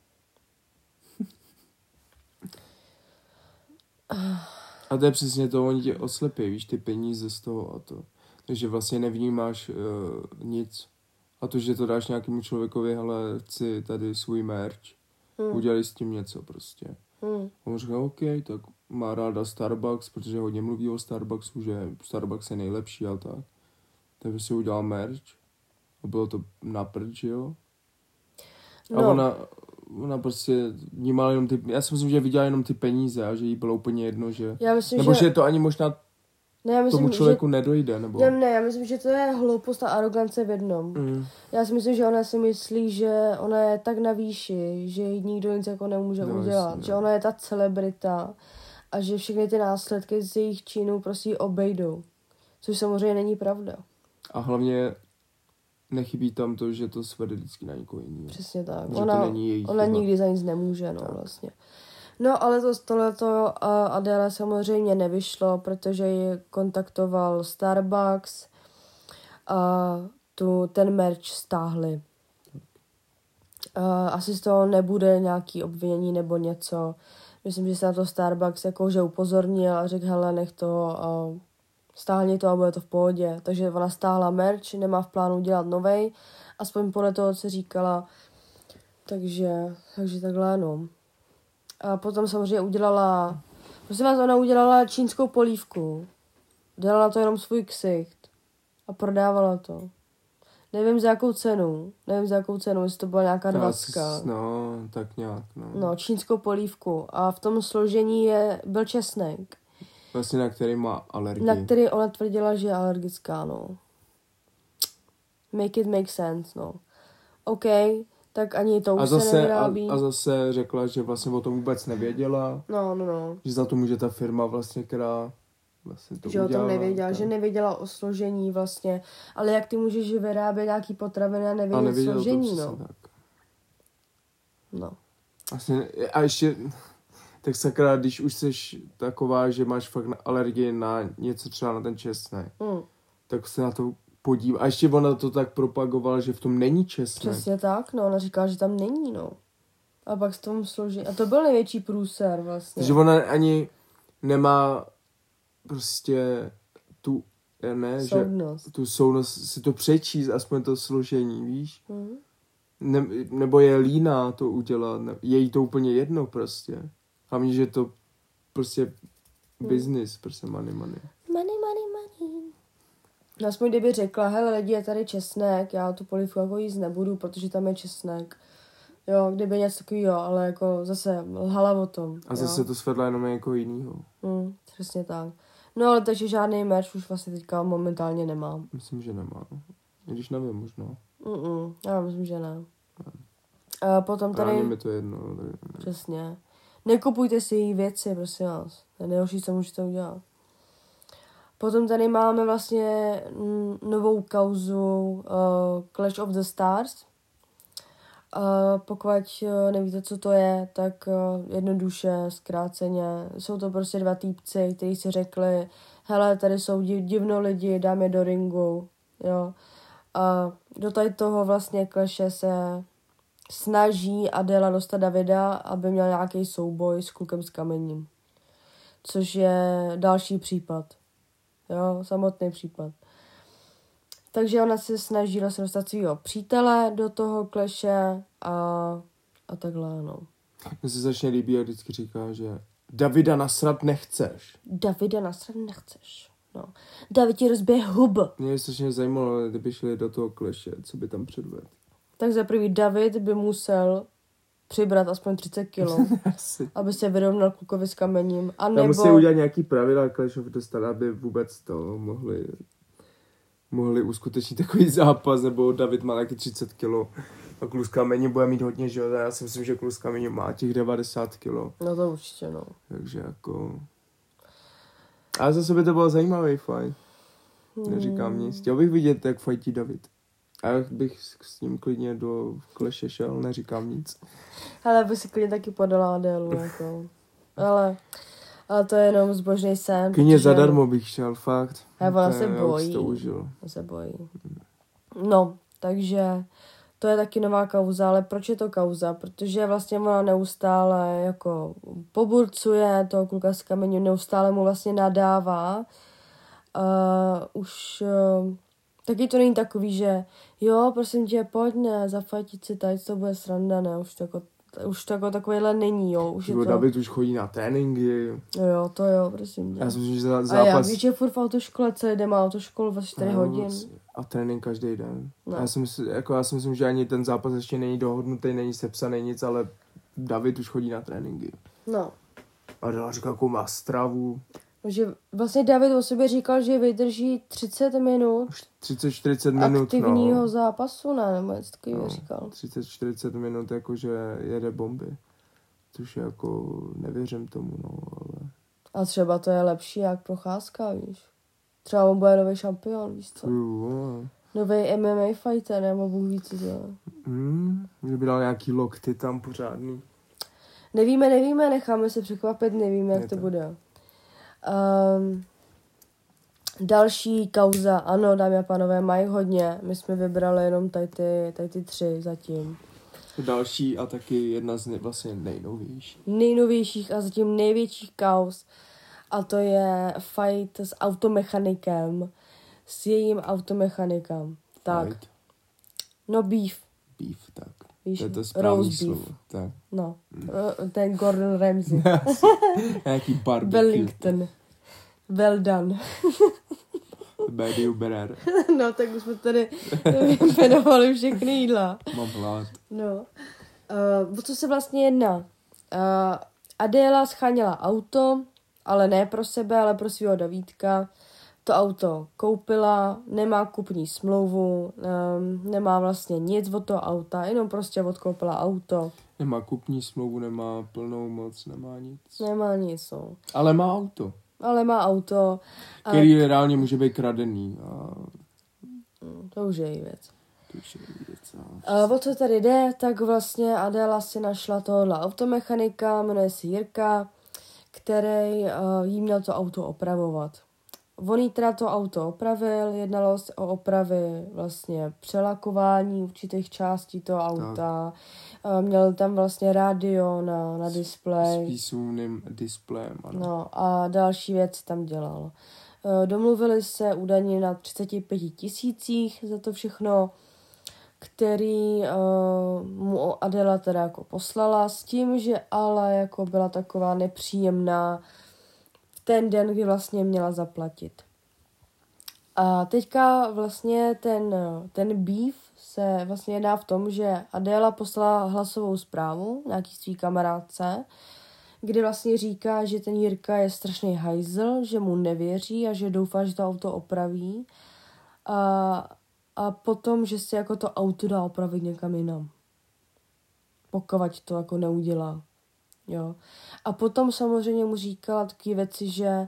A to je přesně to, oni tě oslepí, víš, ty peníze z toho a to. Takže vlastně nevnímáš nic. A to, že to dáš nějakému člověkovi, hele, chci tady svůj merch, udělali s tím něco prostě. A on říká, OK, tak má ráda Starbucks, protože hodně mluví o Starbucksu, že Starbucks je nejlepší a tak. Takže si udělal merch a bylo to na prd, jo. A ona prostě vnímala jenom ty, já si myslím, že viděla jenom ty peníze a že jí bylo úplně jedno, že, nebo že to ani možná tomu člověku nedojde, nebo... Já myslím, že to je hloupost a arogance v jednom. Já si myslím, že ona si myslí, že ona je tak na výši, že jí nikdo nic jako nemůže udělat, jasně, že ona je ta celebrita a že všechny ty následky z jejich činů prostě obejdou, což samozřejmě není pravda. A hlavně nechybí tam to, že to svede vždycky na někoho jiného. Přesně tak. Ona nikdy za nic nemůže, no tak. Vlastně. No, ale tohleto Adele samozřejmě nevyšlo, protože ji kontaktoval Starbucks a ten merch stáhli. Asi z toho nebude nějaký obvinění nebo něco. Myslím, že se na to Starbucks jakože upozornil a řekl, hele, nech to, stáhni to a bude to v pohodě. Takže ona stáhla merch, nemá v plánu dělat novej, aspoň podle toho, co říkala. Takže takhle, no. A potom samozřejmě ona udělala čínskou polívku. Dělala to jenom svůj ksicht a prodávala to. Nevím za jakou cenu, jestli to byla nějaká 20. No, tak nějak, no. No, čínskou polívku a v tom složení byl česnek. Vlastně na který má alergii. Na který ona tvrdila, že je alergická, no. Make it make sense, no. OK, tak ani to už se nevyrábí. A zase řekla, že vlastně o tom vůbec nevěděla. No. Že za to může ta firma vlastně, která vlastně to udělala. Že o tom nevěděla, tak. Že nevěděla o složení vlastně. Ale jak ty můžeš vyrábět nějaký potraviny a nevědět složení, no. Tak. No. Vlastně, a ještě, tak sakra, když už jsi taková, že máš fakt alergii na něco, třeba na ten česnek, tak se na to podívá. A ještě ona to tak propagovala, že v tom není česnek. Přesně tak, no, ona říkala, že tam není, no. A pak s tom složí. A to byl největší průser vlastně. Takže ona ani nemá prostě tu, soudnost. Že tu soudnost si to přečíst, aspoň to složení, víš? Nebo je líná to udělat, je jí to úplně jedno prostě. Hlavně, že to prostě business, prostě money. Money. No aspoň kdyby řekla, hele lidi, je tady česnek, já tu polívku jako jíst nebudu, protože tam je česnek. Jo, kdyby něco takového, ale jako zase lhala o tom. A zase to svedla jenom jako jinýho. Přesně tak. No ale takže žádný merch už vlastně teďka momentálně nemám. Myslím, že nemá. Když nevím, možná. Já myslím, že ne. A potom tady... Právě mi to jedno. Přesně. Nekupujte si její věci, prosím vás. To je nejhorší, co můžete udělat. Potom tady máme vlastně novou kauzu Clash of the Stars. Pokud nevíte, co to je, tak jednoduše, zkráceně, jsou to prostě dva týpci, kteří si řekli, hele, tady jsou divno lidi, dám je do ringu, jo. A do tady toho vlastně Clashe se snaží Adela dostat Davida, aby měl nějaký souboj s klukem s kamením. což je další případ. Jo, samotný případ. Takže ona se snaží vlastně dostat svýho přítele do toho kleše a takhle, no. Mně se začne líbí a vždycky říká, že Davida nasrat nechceš. Davida nasrat nechceš. No. David ti rozbije hub. Mě strašně zajímalo, kdyby šli do toho kleše, co by tam předvedl. Tak za prvý David by musel přibrat aspoň 30 kilo, aby se vyrovnal klukovi s kamením. A nebo... Tam musí udělat nějaký pravidla Clash of dostat, aby vůbec to mohli uskutečnit takový zápas, nebo David má taky 30 kilo a kluk s kamením bude mít hodně, že jo? Já si myslím, že kluk s kamením má těch 90 kilo. No to určitě, no. Takže jako... Ale zase by to bylo zajímavý fight. Neříkám nic. Chtěl bych vidět, jak fightí David. A já bych s ním klidně do kleše šel, neříkám nic. Ale by si klidně taky podala Adélu, jako. Ale to je jenom zbožný sen. Klidně zadarmo bych šel, fakt. A ona se bojí. Ona se bojí. No, takže to je taky nová kauza, ale proč je to kauza? Protože vlastně ona neustále jako poburcuje toho kluka s kamením, neustále mu vlastně nadává. Taky to není takový, že jo, prosím tě, pojď, ne, zafajtit si tady, to bude sranda, ne, už to takovýhle není, jo. Už je to... David už chodí na tréninky. Jo, to jo, prosím tě. Já si myslím, že zápas... A já víš, že furt v autoškole celý den má autoškolu 24 hodin. A trénink každý den. No. Já si myslím, že ani ten zápas ještě není dohodnutý, není sepsaný nic, ale David už chodí na tréninky. No. A Adela říká, jakou má stravu. Že vlastně David o sobě říkal, že vydrží 30 minut. 30-40 minut, aktivního zápasu, ne, nebo něco takového říkal. 30-40 minut, jakože jede bomby. Což jako nevěřím tomu, no, ale... A třeba to je lepší jak procházka, víš. Třeba on bude nový šampion, víš co. Nový MMA fighter, nebo Bůh ví, co to je. Že by dal nějaký lokty tam pořádný. Nevíme, necháme se překvapit, nevíme, jak to bude. Další kauza, ano, dámy a pánové, mají hodně. My jsme vybrali jenom tady ty 3 zatím. Další a taky jedna z vlastně nejnovějších. Nejnovějších a zatím největších kauz. A to je fight s automechanikem. S jejím automechanikem. Tak. Fight. No beef. Beef, tak. Víš, to je to správný slovo. Tak. No, ten Gordon Ramsay. Nějaký barbecue. Wellington. Well done. Bady Uberer. No, tak už jsme tady jmenovali všechny jídla. Mám hlad. No. O co se vlastně jedná? Adéla scháněla auto, ale ne pro sebe, ale pro svého Davídka. To auto koupila, nemá kupní smlouvu, nemá vlastně nic od toho auta, jenom prostě odkoupila auto. Nemá kupní smlouvu, nemá plnou moc, nemá nic. Nemá nic, no. Ale má auto. Který reálně může být kradený. To už je její věc. O co tady jde, tak vlastně Adéla si našla tohohle automechanika, jmenuje se Jirka, který jí měl to auto opravovat. On jí teda to auto opravil, jednalo se o opravy vlastně přelakování určitých částí toho auta. Měl tam vlastně rádio na displej. S výsuvným displejem, ano. No a další věc tam dělal. Domluvili se údajně na 35 000 za to všechno, který mu Adela teda jako poslala s tím, že ale jako byla taková nepříjemná ten den, kdy vlastně měla zaplatit. A teďka vlastně ten beef se vlastně jedná v tom, že Adéla poslala hlasovou zprávu nějaký svý kamarádce, kdy vlastně říká, že ten Jirka je strašný hajzl, že mu nevěří a že doufá, že to auto opraví. A potom, že si jako to auto dá opravit někam jinam. Pokud to jako neudělá. Jo. A potom samozřejmě mu říkala taky věci, že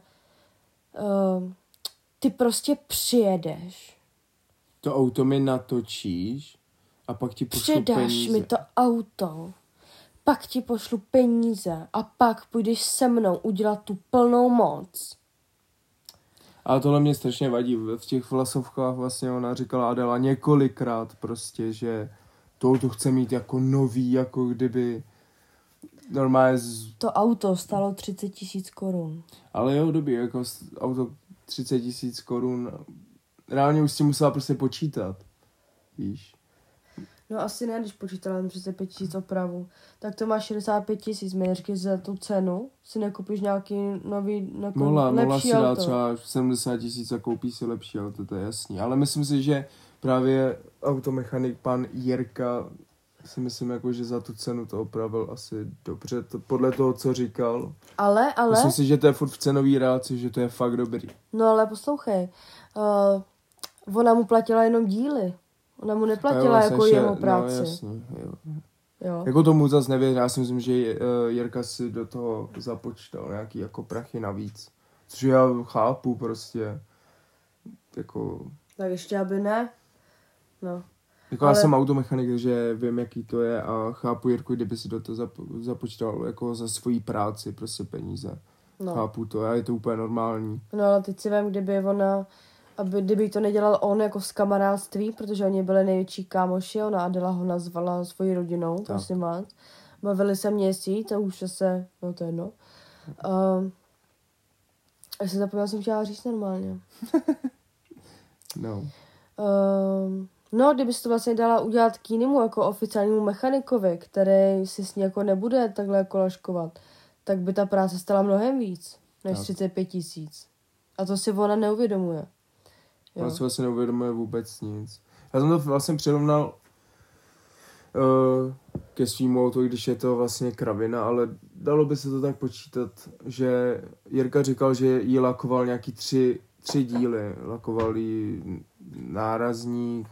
ty prostě přijedeš. To auto mi natočíš a pak ti pošlu peníze. Předáš mi to auto, pak ti pošlu peníze a pak půjdeš se mnou udělat tu plnou moc. Ale tohle mě strašně vadí. V těch vlasovkách vlastně ona říkala Adela několikrát prostě, že to auto chce mít jako nový, jako kdyby normálně To auto stálo 30 000 korun. Ale jo, dobrý, jako auto 30 000 korun, reálně už si musela prostě počítat, víš. No asi ne, když počítala jen 35 000 opravu. Tak to má 65 000, měřky za tu cenu. Si nekupíš nějaký nový, Mohla lepší si auto. dát třeba 70 000 a koupí si lepší auto, to je jasný. Ale myslím si, že právě automechanik pan Jirka si myslím, jako, že za tu cenu to opravil asi dobře, podle toho, co říkal. Ale... Myslím si, že to je furt v cenové relaci, že to je fakt dobrý. No ale poslouchej, ona mu platila jenom díly. Ona mu neplatila jako jeho práci. No jasně, jo. Jo. Jako tomu zase nevěřím, já si myslím, že Jirka si do toho započítal nějaký jako prachy navíc. Což já chápu prostě. Jako... Tak ještě aby ne. No. Jako ale... já jsem automechanik, takže vím, jaký to je a chápu Jirku, kdyby si do toho započítal jako za svoji práci prostě peníze. No. Chápu to a je to úplně normální. No ale teď si vím, kdyby to nedělal on jako z kamarádství, protože oni byli největší kámoši, ona Adela ho nazvala svojí rodinou, prosím vás. Bavili se měsíc a už se, no to je jedno. Já se zapomněla, jsem chtěla říct normálně. No. No, kdyby to vlastně dala udělat k jinému jako oficiálnímu mechanikovi, který si s ní jako nebude takhle jako laškovat, tak by ta práce stala mnohem víc než 35 000. A to si ona neuvědomuje. Ona si vlastně neuvědomuje vůbec nic. Já jsem to vlastně přirovnal ke svýmu autu, když je to vlastně kravina, ale dalo by se to tak počítat, že Jirka říkal, že jí lakoval nějaký tři díly. Lakoval jí nárazník,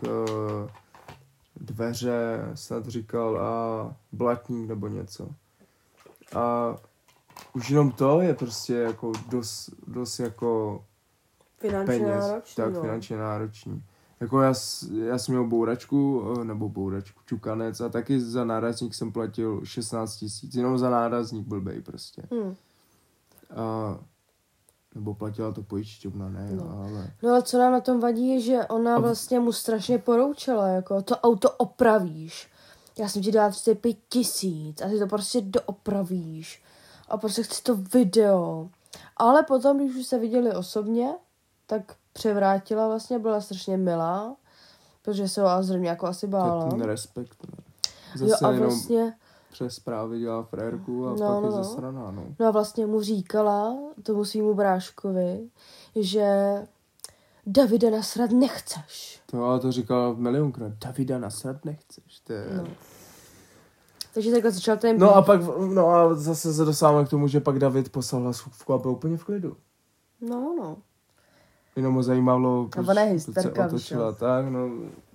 dveře, snad říkal, a blatník nebo něco. A už jenom to je prostě jako dost jako finančně náročný. Tak, finančně náročný. Jako já jsem měl bouračku, čukanec a taky za nárazník jsem platil 16 000. Jenom za nárazník blbej prostě. A nebo platila to pojišťovna, ne, ale... No ale co nám na tom vadí je, že ona vlastně mu strašně poroučela, jako to auto opravíš. Já jsem ti dala 35 000 a ty to prostě doopravíš. A prostě chci to video. Ale potom, když už se viděli osobně, tak převrátila vlastně, byla strašně milá, protože se ho zřejmě jako asi bála. Ten respekt, ne? Zase jo, a vlastně... přes zprávy dělá frérku a pak je zasraná, no. No a vlastně mu říkala, tomu svýmu bráškovi, že Davida nasrat nechceš. To říkala milionkrát. Davida nasrat nechceš. To je... No. Takže takhle začal ten... No a zase se dostáváme k tomu, že pak David poslal hlasovku a byl úplně v klidu. No. Jenom ho zajímalo, proč se otočila tak, no.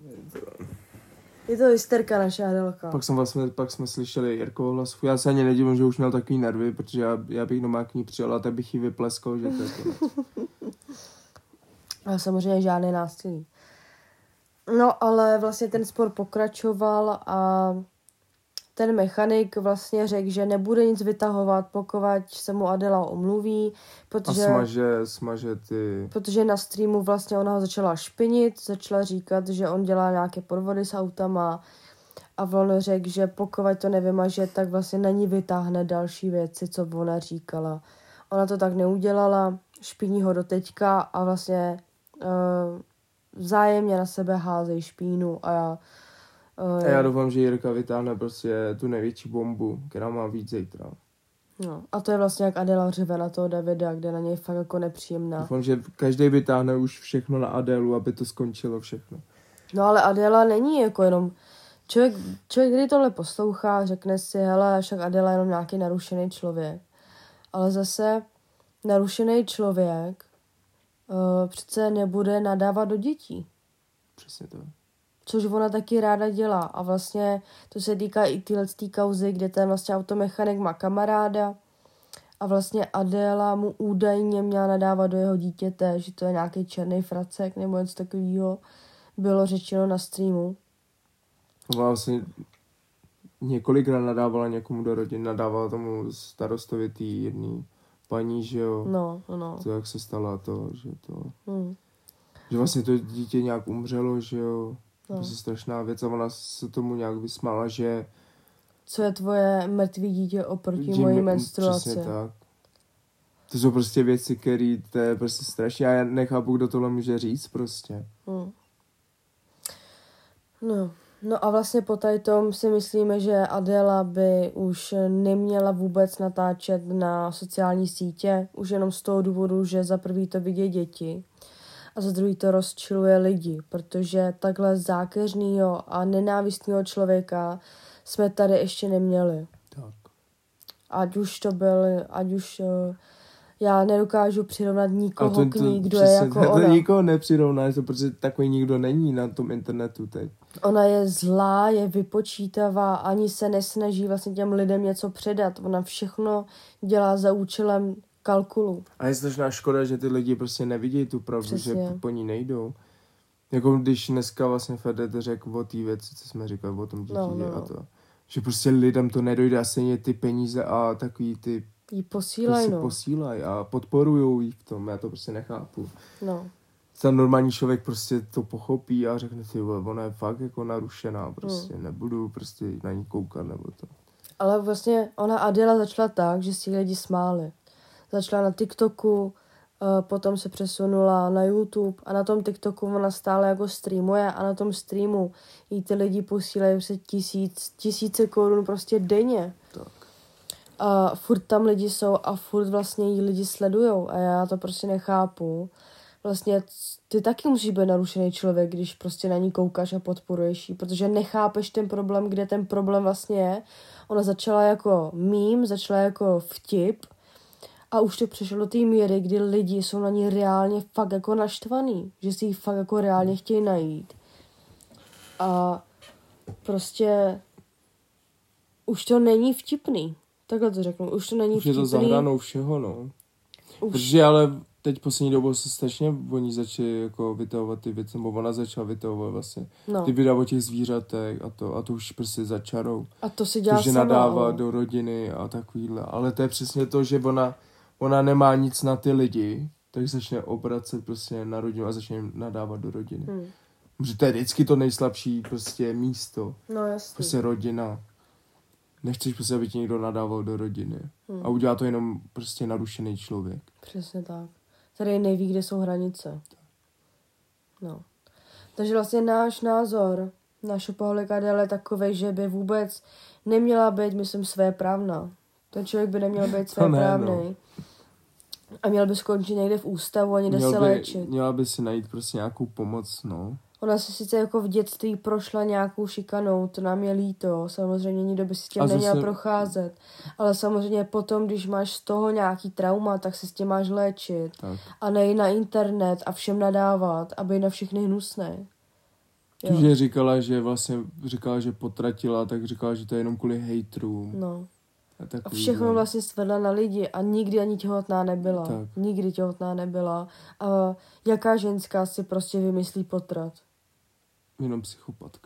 Je to hysterka naše Adelka. Pak jsme slyšeli Jirkovo hlasovku. Já se ani nedivím, že už měl takový nervy, protože já bych doma k ní přijel a tak bych jí vypleskal, že to je konec. A samozřejmě žádné násilí. No, ale vlastně ten spor pokračoval a ten mechanik vlastně řekl, že nebude nic vytahovat, pokud se mu Adela omluví, protože... A smaže ty... Protože na streamu vlastně ona ho začala špinit, začala říkat, že on dělá nějaké podvody s autama a on řekl, že pokud to nevymaže, tak vlastně na ní vytáhne další věci, co ona říkala. Ona to tak neudělala, špiní ho do teďka a vlastně vzájemně na sebe házejí špínu a já doufám, že Jirka vytáhne prostě tu největší bombu, která má víc zítra. No, a to je vlastně jak Adela řeve na toho Davida, kde na něj fakt jako nepříjemná. Doufám, že každý vytáhne už všechno na Adelu, aby to skončilo všechno. No ale Adela není jako jenom... Člověk, když tohle poslouchá, řekne si, hele, však Adela je jenom nějaký narušený člověk. Ale zase narušený člověk přece nebude nadávat do dětí. Přesně to. Což ona taky ráda dělá. A vlastně to se týká i téhletý kauzy, kde ten vlastně automechanik má kamaráda a vlastně Adéla mu údajně měla nadávat do jeho dítěte, že to je nějaký černý fracek nebo něco takového. Bylo řečeno na streamu. Vlastně několikrát nadávala někomu do rodiny, nadávala tomu starostovi té jedné paní, že jo. No. To, jak se stalo to, že to... Že vlastně to dítě nějak umřelo, že jo. To je strašná věc a ona se tomu nějak vysmála, že co je tvoje mrtvý dítě oproti mojí menstruaci. Přesně tak. To jsou prostě věci, které to je prostě strašně. Já nechápu, kdo tohle může říct prostě. No a vlastně po tady tom si myslíme, že Adéla by už neměla vůbec natáčet na sociální sítě, už jenom z toho důvodu, že za prvý to vidí děti a za druhý to rozčiluje lidi, protože takhle zákeřnýho a nenávistného člověka jsme tady ještě neměli. Tak. Ať už já nedokážu přirovnat nikoho k ní, kdo je jako to ona. To nikoho nepřirovnáš, protože takový nikdo není na tom internetu teď. Ona je zlá, je vypočítavá, ani se nesnaží vlastně těm lidem něco předat. Ona všechno dělá za účelem kalkulu. A je strašná škoda, že ty lidi prostě nevidí tu pravdu, Přesně. že po ní nejdou. Jako když dneska vlastně Fedet řekl o té věci, co jsme říkali o tom dítě a to. Že prostě lidem to nedojde a stejně ty peníze a takový ty jí posílají, prostě posílají a podporujou jí v tom, já to prostě nechápu. No. Ten normální člověk prostě to pochopí a řekne si, ona je fakt jako narušená, prostě nebudu prostě na ní koukat nebo to. Ale vlastně ona Adéla začala tak, že si lidi smáli. Začala na TikToku, potom se přesunula na YouTube a na tom TikToku ona stále jako streamuje a na tom streamu jí ty lidi posílají prostě tisíce korun prostě denně. Tak. A furt tam lidi jsou a furt vlastně jí lidi sledujou a já to prostě nechápu. Vlastně ty taky musíš být narušený člověk, když prostě na ní koukáš a podporuješ jí, protože nechápeš ten problém, kde ten problém vlastně je. Ona začala jako mím, začala jako vtip a už to přešlo do té míry, kdy lidi jsou na ní reálně fakt jako naštvaný, že si ji fakt jako reálně chtějí najít. A prostě už to není vtipný. Takhle to řeknu, už to není vtipný. Už je to za hranou všeho, no. Protože ale teď poslední dobou se strašně oni začali jako vytahovat ty věci, nebo ona začala vytahovat vlastně ty videa o těch zvířatech a to už prostě začarou. A to si dělá sama. Nadává do rodiny a takovýhle. Ale to je přesně to, že ona nemá nic na ty lidi, tak začne obracet prostě na rodinu a začne jim nadávat do rodiny. Protože to je vždycky to nejslabší prostě místo. No jasně. Prostě rodina. Nechceš prostě, aby ti někdo nadával do rodiny. A udělá to jenom prostě narušený člověk. Přesně tak. Tady neví, kde jsou hranice. No. Takže vlastně náš názor, naše pohled Adély je takovej, že by vůbec neměla být, myslím, svéprávná. Ten člověk by neměl být svéprávnej. A měl by skončit někde v ústavu a někde se léčit. Měla by si najít prostě nějakou pomoc, no. Ona se sice jako v dětství prošla nějakou šikanou, to nám je líto, samozřejmě nikdo by si s tím neměl procházet, ale samozřejmě potom, když máš z toho nějaký trauma, tak se s tím máš léčit tak. A nejít na internet a všem nadávat, aby na všechny hnusné. Že říkala, že potratila, tak říkala, že to je jenom kvůli hejtrům. No. A všechno vlastně svedla na lidi a nikdy ani těhotná nebyla. Tak. Nikdy těhotná nebyla. A jaká ženská si prostě vymyslí potrat? Jenom psychopatka.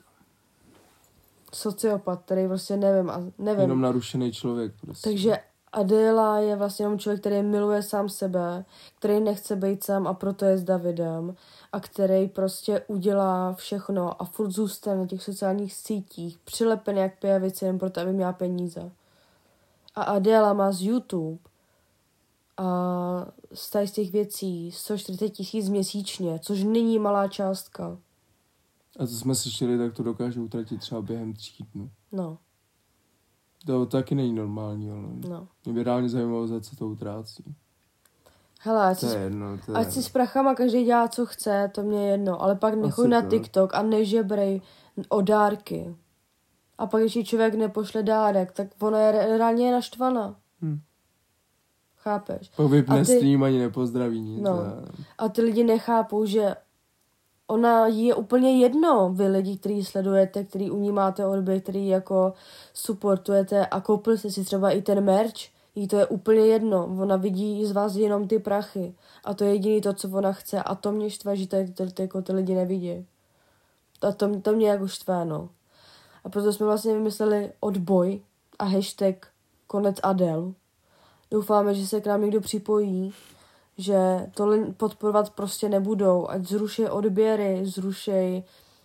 Sociopat, který prostě nevím. Jenom narušený člověk prostě. Takže Adéla je vlastně jenom člověk, který miluje sám sebe, který nechce být sám a proto je s Davidem a který prostě udělá všechno a furt zůstane na těch sociálních sítích přilepený jak pijavice jen proto, aby měla peníze. A Adéla má z YouTube a z těch věcí 140 000 měsíčně, což není malá částka. A co jsme slyšeli, tak to dokáže utratit třeba během 3 dnů. No. To taky není normální, ale mě by reálně zajímalo, za co to utrácí. Hele, ať si s prachama každý dělá, co chce, to mě je jedno, ale pak nechoď na TikTok a nežebrej o dárky. A pak, když člověk nepošle dárek, tak ona je reálně naštvaná. Chápeš? Pak vypne stream, ani nepozdraví nic. No. A ty lidi nechápou, že ona jí je úplně jedno, vy lidi, kteří sledujete, který u ní máte odběr, který jako supportujete a koupili jste si třeba i ten merch, jí to je úplně jedno. Ona vidí z vás jenom ty prachy. A to je jediný to, co ona chce. A to mě štve, že ty lidi nevidí. A to mě jako štve, no. A proto jsme vlastně vymysleli odboj a hashtag konec Adel. Doufáme, že se k nám někdo připojí, že to podporovat prostě nebudou. Ať zruší odběry, zruší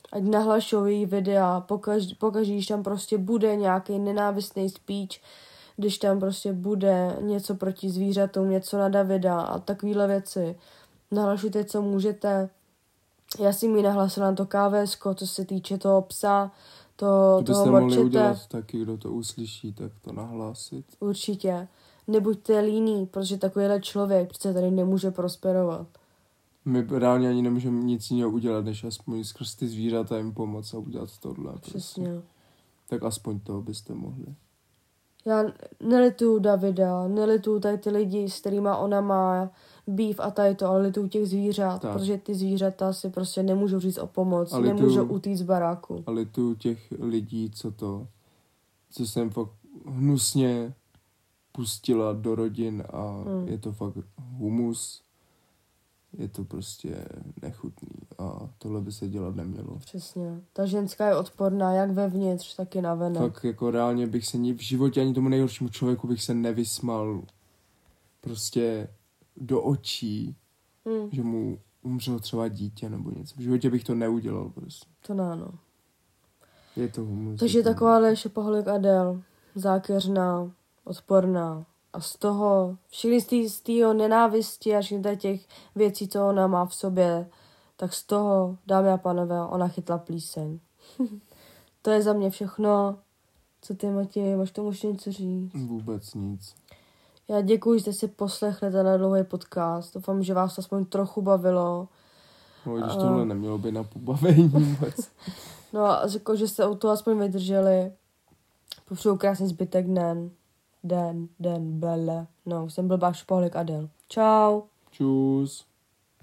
ať nahlašují její videa, pokaždý, když tam prostě bude nějaký nenávistný speech, když tam prostě bude něco proti zvířatům, něco na Davida a takovýhle věci. Nahlašujte, co můžete. Já si mi nahlasila na to KVSko, co se týče toho psa, toho byste mohli morčete. udělat taky, kdo to uslyší, tak to nahlásit. Určitě. Nebuďte líní, protože takovýhle člověk přece tady nemůže prosperovat. My reálně ani nemůžeme nic jiného udělat, než aspoň skrz ty zvířata jim pomoct a udělat tohle. Přesně. Prostě. Tak aspoň toho byste mohli. Já nelituju Davida, nelituju tady ty lidi, s kterýma ona má býv a tady to, ale lituju těch zvířat, tak. protože ty zvířata si prostě nemůžou říct o pomoc, A lituju, nemůžou utíct z baráku. A lituju těch lidí, co jsem fakt hnusně pustila do rodin a je to fakt humus. Je to prostě nechutný a tohle by se dělat nemělo. Přesně. Ta ženská je odporná jak vevnitř, tak i navenek. Fakt jako reálně bych se v životě ani tomu nejhoršímu člověku bych se nevysmal prostě do očí, že mu umřelo třeba dítě nebo něco. V životě bych to neudělal prostě. To ne, no. Je to humus. Takže takováhle šopoholik Adele, zákeřná, odporná. A z toho, všechny z tého nenávisti a všechny těch věcí, co ona má v sobě, tak z toho, dámy a pánové, ona chytla plíseň. To je za mě všechno. Co ty, Matěj, máš tomu ještě něco říct? Vůbec nic. Já děkuji, že jste si poslechli tenhle dlouhý podcast. Doufám, že vás to aspoň trochu bavilo. No, když tohle nemělo být na pobavení vůbec. No a jako, že jste u toho aspoň vydrželi. Popřeju krásný zbytek den, bele. No, jsem blbá špoholik Adele. Čau. Čus.